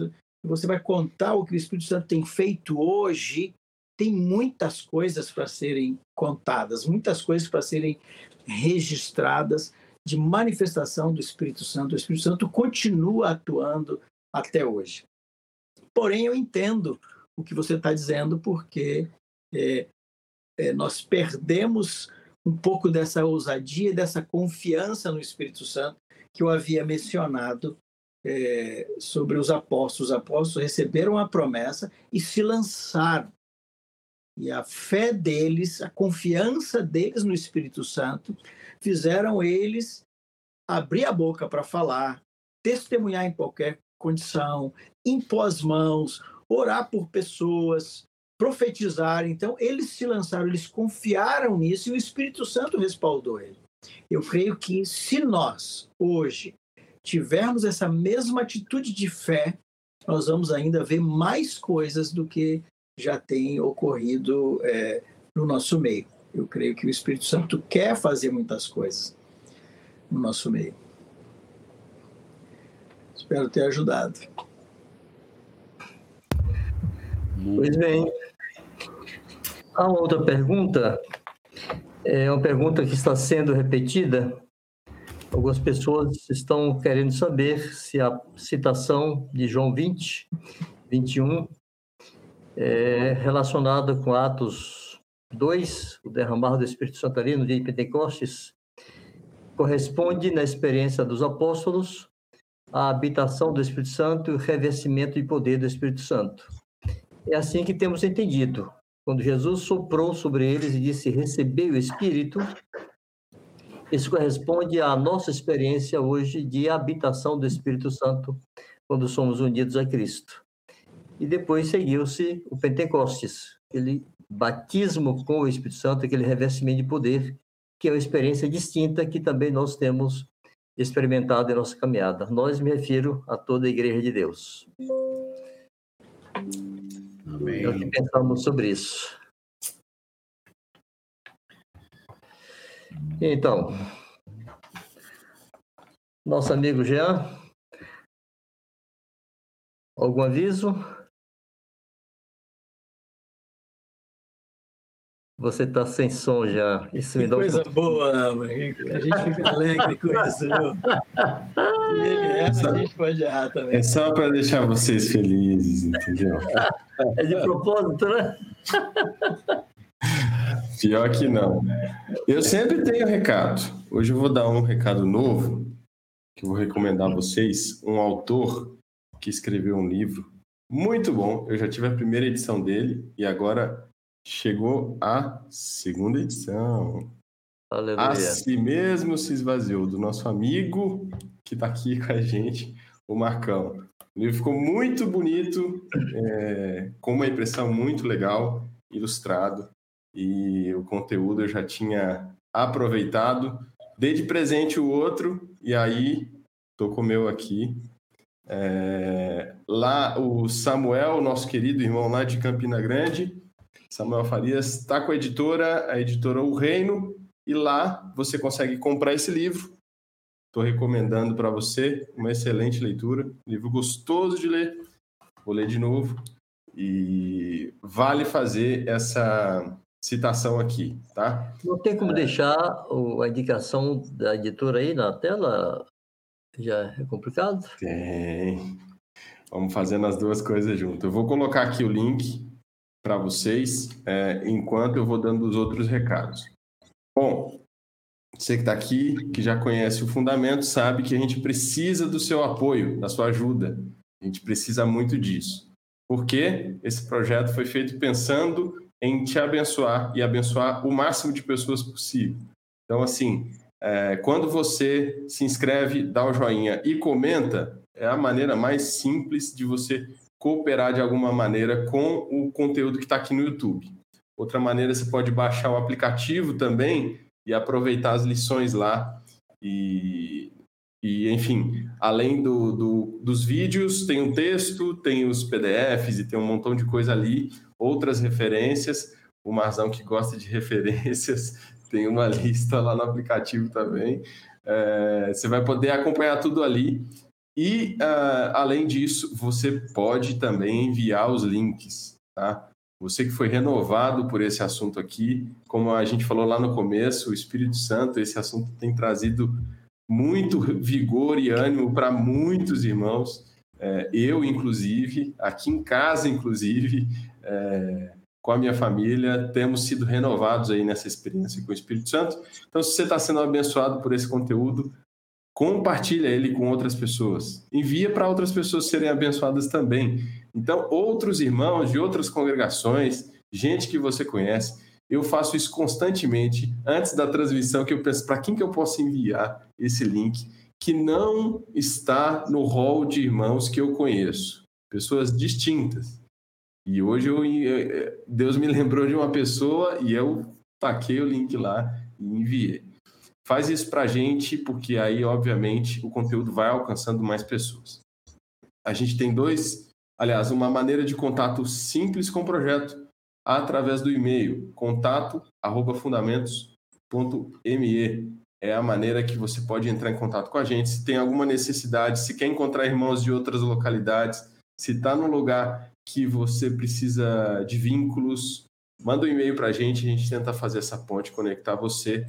você vai contar o que o Espírito Santo tem feito hoje, tem muitas coisas para serem contadas, muitas coisas para serem registradas de manifestação do Espírito Santo. O Espírito Santo continua atuando até hoje. Porém, eu entendo o que você está dizendo, porque é, é, nós perdemos um pouco dessa ousadia, dessa confiança no Espírito Santo que eu havia mencionado é, sobre os apóstolos. Os apóstolos receberam a promessa e se lançaram. E a fé deles, a confiança deles no Espírito Santo, fizeram eles abrir a boca para falar, testemunhar em qualquer condição, impor as mãos, orar por pessoas, profetizar. Então, eles se lançaram, eles confiaram nisso e o Espírito Santo respaldou ele. Eu creio que se nós, hoje, tivermos essa mesma atitude de fé, nós vamos ainda ver mais coisas do que já tem ocorrido é, no nosso meio. Eu creio que o Espírito Santo quer fazer muitas coisas no nosso meio. Espero ter ajudado. Pois bem. Há uma outra pergunta, é uma pergunta que está sendo repetida. Algumas pessoas estão querendo saber se a citação de João vinte, vinte e um, é relacionada com Atos dois, o derramar do Espírito Santo ali no dia de Pentecostes, corresponde na experiência dos apóstolos à habitação do Espírito Santo e o revestimento de poder do Espírito Santo. É assim que temos entendido. Quando Jesus soprou sobre eles e disse, recebei o Espírito, isso corresponde à nossa experiência hoje de habitação do Espírito Santo quando somos unidos a Cristo. E depois seguiu-se o Pentecostes, aquele batismo com o Espírito Santo, aquele revestimento de poder, que é uma experiência distinta que também nós temos experimentado em nossa caminhada. Nós, me refiro a toda a Igreja de Deus. Amém. É o que pensamos sobre isso. Então, nosso amigo Jean, algum aviso? Você está sem som já. Isso me Que dá um coisa pouco... boa, a gente fica alegre com isso. Se ele erra, a gente pode errar também. É só para deixar vocês felizes, entendeu? É de propósito, né? Pior que não. Eu sempre tenho recado. Hoje eu vou dar um recado novo, que eu vou recomendar a vocês, um autor que escreveu um livro muito bom. Eu já tive a primeira edição dele e agora chegou a segunda edição. Aleluia. A si mesmo se esvaziou, do nosso amigo que está aqui com a gente, o Marcão. O livro ficou muito bonito, é, com uma impressão muito legal, ilustrado, e o conteúdo eu já tinha aproveitado. Dei de presente o outro, e aí estou com o meu aqui. É, lá o Samuel, nosso querido irmão lá de Campina Grande, Samuel Farias, está com a editora, a editora O Reino, e lá você consegue comprar esse livro. Estou recomendando para você, uma excelente leitura, livro gostoso de ler, vou ler de novo, e vale fazer essa citação aqui, tá? Não tem como deixar a indicação da editora aí na tela? Já é complicado? Tem. Vamos fazendo as duas coisas junto. Eu vou colocar aqui o link para vocês, é, enquanto eu vou dando os outros recados. Bom, você que está aqui, que já conhece o Fundamento, sabe que a gente precisa do seu apoio, da sua ajuda. A gente precisa muito disso. Porque esse projeto foi feito pensando em te abençoar e abençoar o máximo de pessoas possível. Então, assim, é, quando você se inscreve, dá o joinha e comenta, é a maneira mais simples de você cooperar de alguma maneira com o conteúdo que está aqui no YouTube. Outra maneira, você pode baixar o aplicativo também e aproveitar as lições lá. E, e enfim, além do, do, dos vídeos, tem um texto, tem os P D Fs e tem um montão de coisa ali, outras referências. O Marzão, que gosta de referências, tem uma lista lá no aplicativo também. É, você vai poder acompanhar tudo ali. E, uh, além disso, você pode também enviar os links, tá? Você que foi renovado por esse assunto aqui, como a gente falou lá no começo, o Espírito Santo, esse assunto tem trazido muito vigor e ânimo para muitos irmãos, é, eu, inclusive, aqui em casa, inclusive, é, com a minha família, temos sido renovados aí nessa experiência com o Espírito Santo. Então, se você está sendo abençoado por esse conteúdo, compartilha ele com outras pessoas. Envia para outras pessoas serem abençoadas também. Então, outros irmãos de outras congregações, gente que você conhece, eu faço isso constantemente. Antes da transmissão, que eu penso, para quem que eu posso enviar esse link que não está no hall de irmãos que eu conheço? Pessoas distintas. E hoje eu, Deus me lembrou de uma pessoa e eu taquei o link lá e enviei. Faz isso para a gente, porque aí, obviamente, o conteúdo vai alcançando mais pessoas. A gente tem dois, aliás, uma maneira de contato simples com o projeto, através do e-mail, contato arroba fundamentos ponto me. É a maneira que você pode entrar em contato com a gente. Se tem alguma necessidade, se quer encontrar irmãos de outras localidades, se está num lugar que você precisa de vínculos, manda um e-mail para a gente, a gente tenta fazer essa ponte, conectar você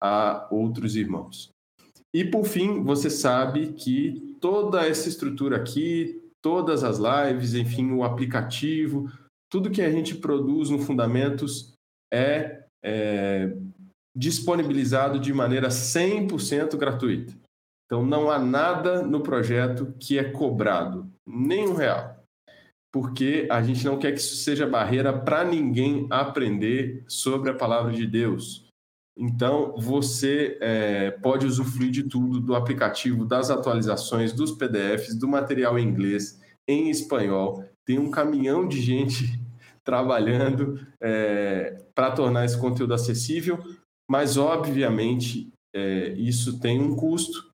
a outros irmãos. E, por fim, você sabe que toda essa estrutura aqui, todas as lives, enfim, o aplicativo, tudo que a gente produz no Fundamentos é, é disponibilizado de maneira cem por cento gratuita. Então, não há nada no projeto que é cobrado, nem um real, porque a gente não quer que isso seja barreira para ninguém aprender sobre a palavra de Deus. Então, você é, pode usufruir de tudo, do aplicativo, das atualizações, dos P D Fs, do material em inglês, em espanhol. Tem um caminhão de gente trabalhando é, para tornar esse conteúdo acessível, mas, obviamente, é, isso tem um custo.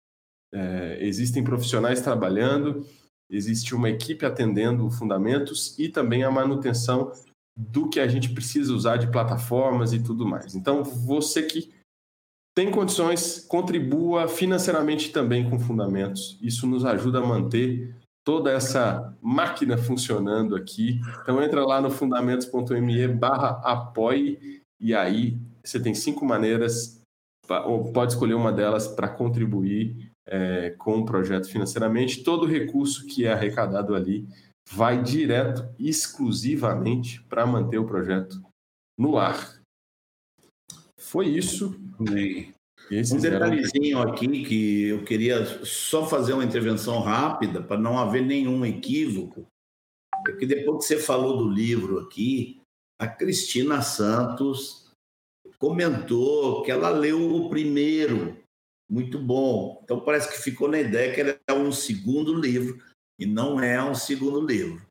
É, existem profissionais trabalhando, existe uma equipe atendendo o Fundamentos e também a manutenção do que a gente precisa usar de plataformas e tudo mais. Então, você que tem condições, contribua financeiramente também com Fundamentos. Isso nos ajuda a manter toda essa máquina funcionando aqui. Então, entra lá no fundamentos ponto me barra apoie e aí você tem cinco maneiras, ou pode escolher uma delas para contribuir é, com o projeto financeiramente. Todo recurso que é arrecadado ali vai direto, exclusivamente, para manter o projeto no ar. Foi isso. Esses um detalhezinho eram... aqui que eu queria só fazer uma intervenção rápida para não haver nenhum equívoco. É que depois que você falou do livro aqui, a Cristina Santos comentou que ela leu o primeiro. Muito bom. Então parece que ficou na ideia que era um segundo livro. E não é um segundo livro.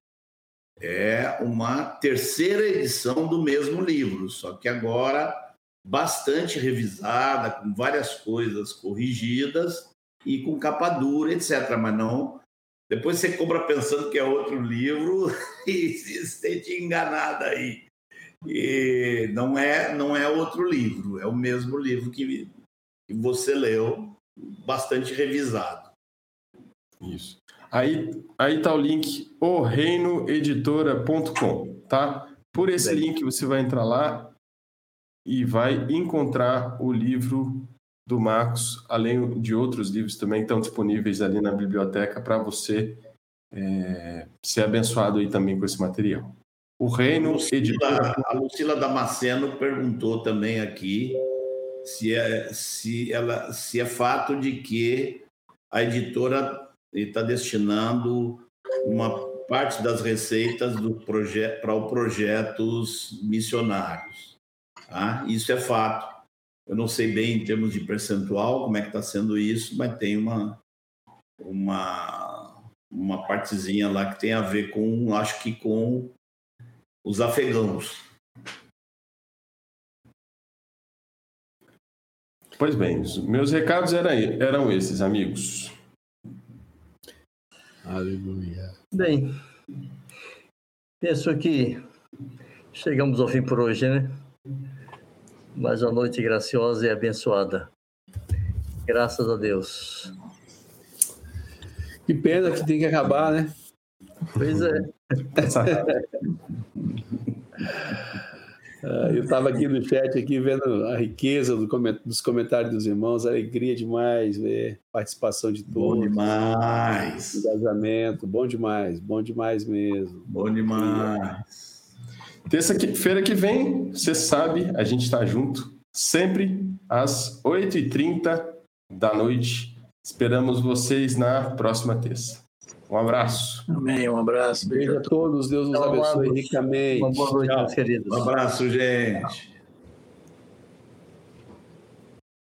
É uma terceira edição do mesmo livro, só que agora bastante revisada, com várias coisas corrigidas e com capa dura, etcétera. Mas não... Depois você compra pensando que é outro livro e se sente enganado aí. E não é, não é outro livro, é o mesmo livro que, que você leu, bastante revisado. Isso. Aí aí tá o link o reino editora ponto com, tá? Por esse Bem. link você vai entrar lá e vai encontrar o livro do Marcos, além de outros livros também estão disponíveis ali na biblioteca para você é, ser abençoado aí também com esse material. O Reino Editora. A Lucila Damasceno perguntou também aqui se é, se ela, se é fato de que a editora está destinando uma parte das receitas do projeto para os projetos missionários. Tá? Isso é fato. Eu não sei bem em termos de percentual como é que está sendo isso, mas tem uma, uma, uma partezinha lá que tem a ver com, acho que com os afegãos. Pois bem, os meus recados eram, eram esses, amigos. Aleluia. Bem, penso que chegamos ao fim por hoje, né? Mais uma noite graciosa e abençoada. Graças a Deus. Que pena que tem que acabar, né? Pois é. Eu estava aqui no chat aqui vendo a riqueza dos comentários dos irmãos, alegria demais ver a participação de todos. Bom demais. Engajamento, bom demais, bom demais mesmo. Bom demais. Terça-feira que vem, você sabe, a gente está junto, sempre às oito e trinta da noite. Esperamos vocês na próxima terça. Um abraço. Amém, um abraço. Beijo a todos, Deus nos abençoe ricamente. Uma boa noite, meus queridos. Um abraço, gente.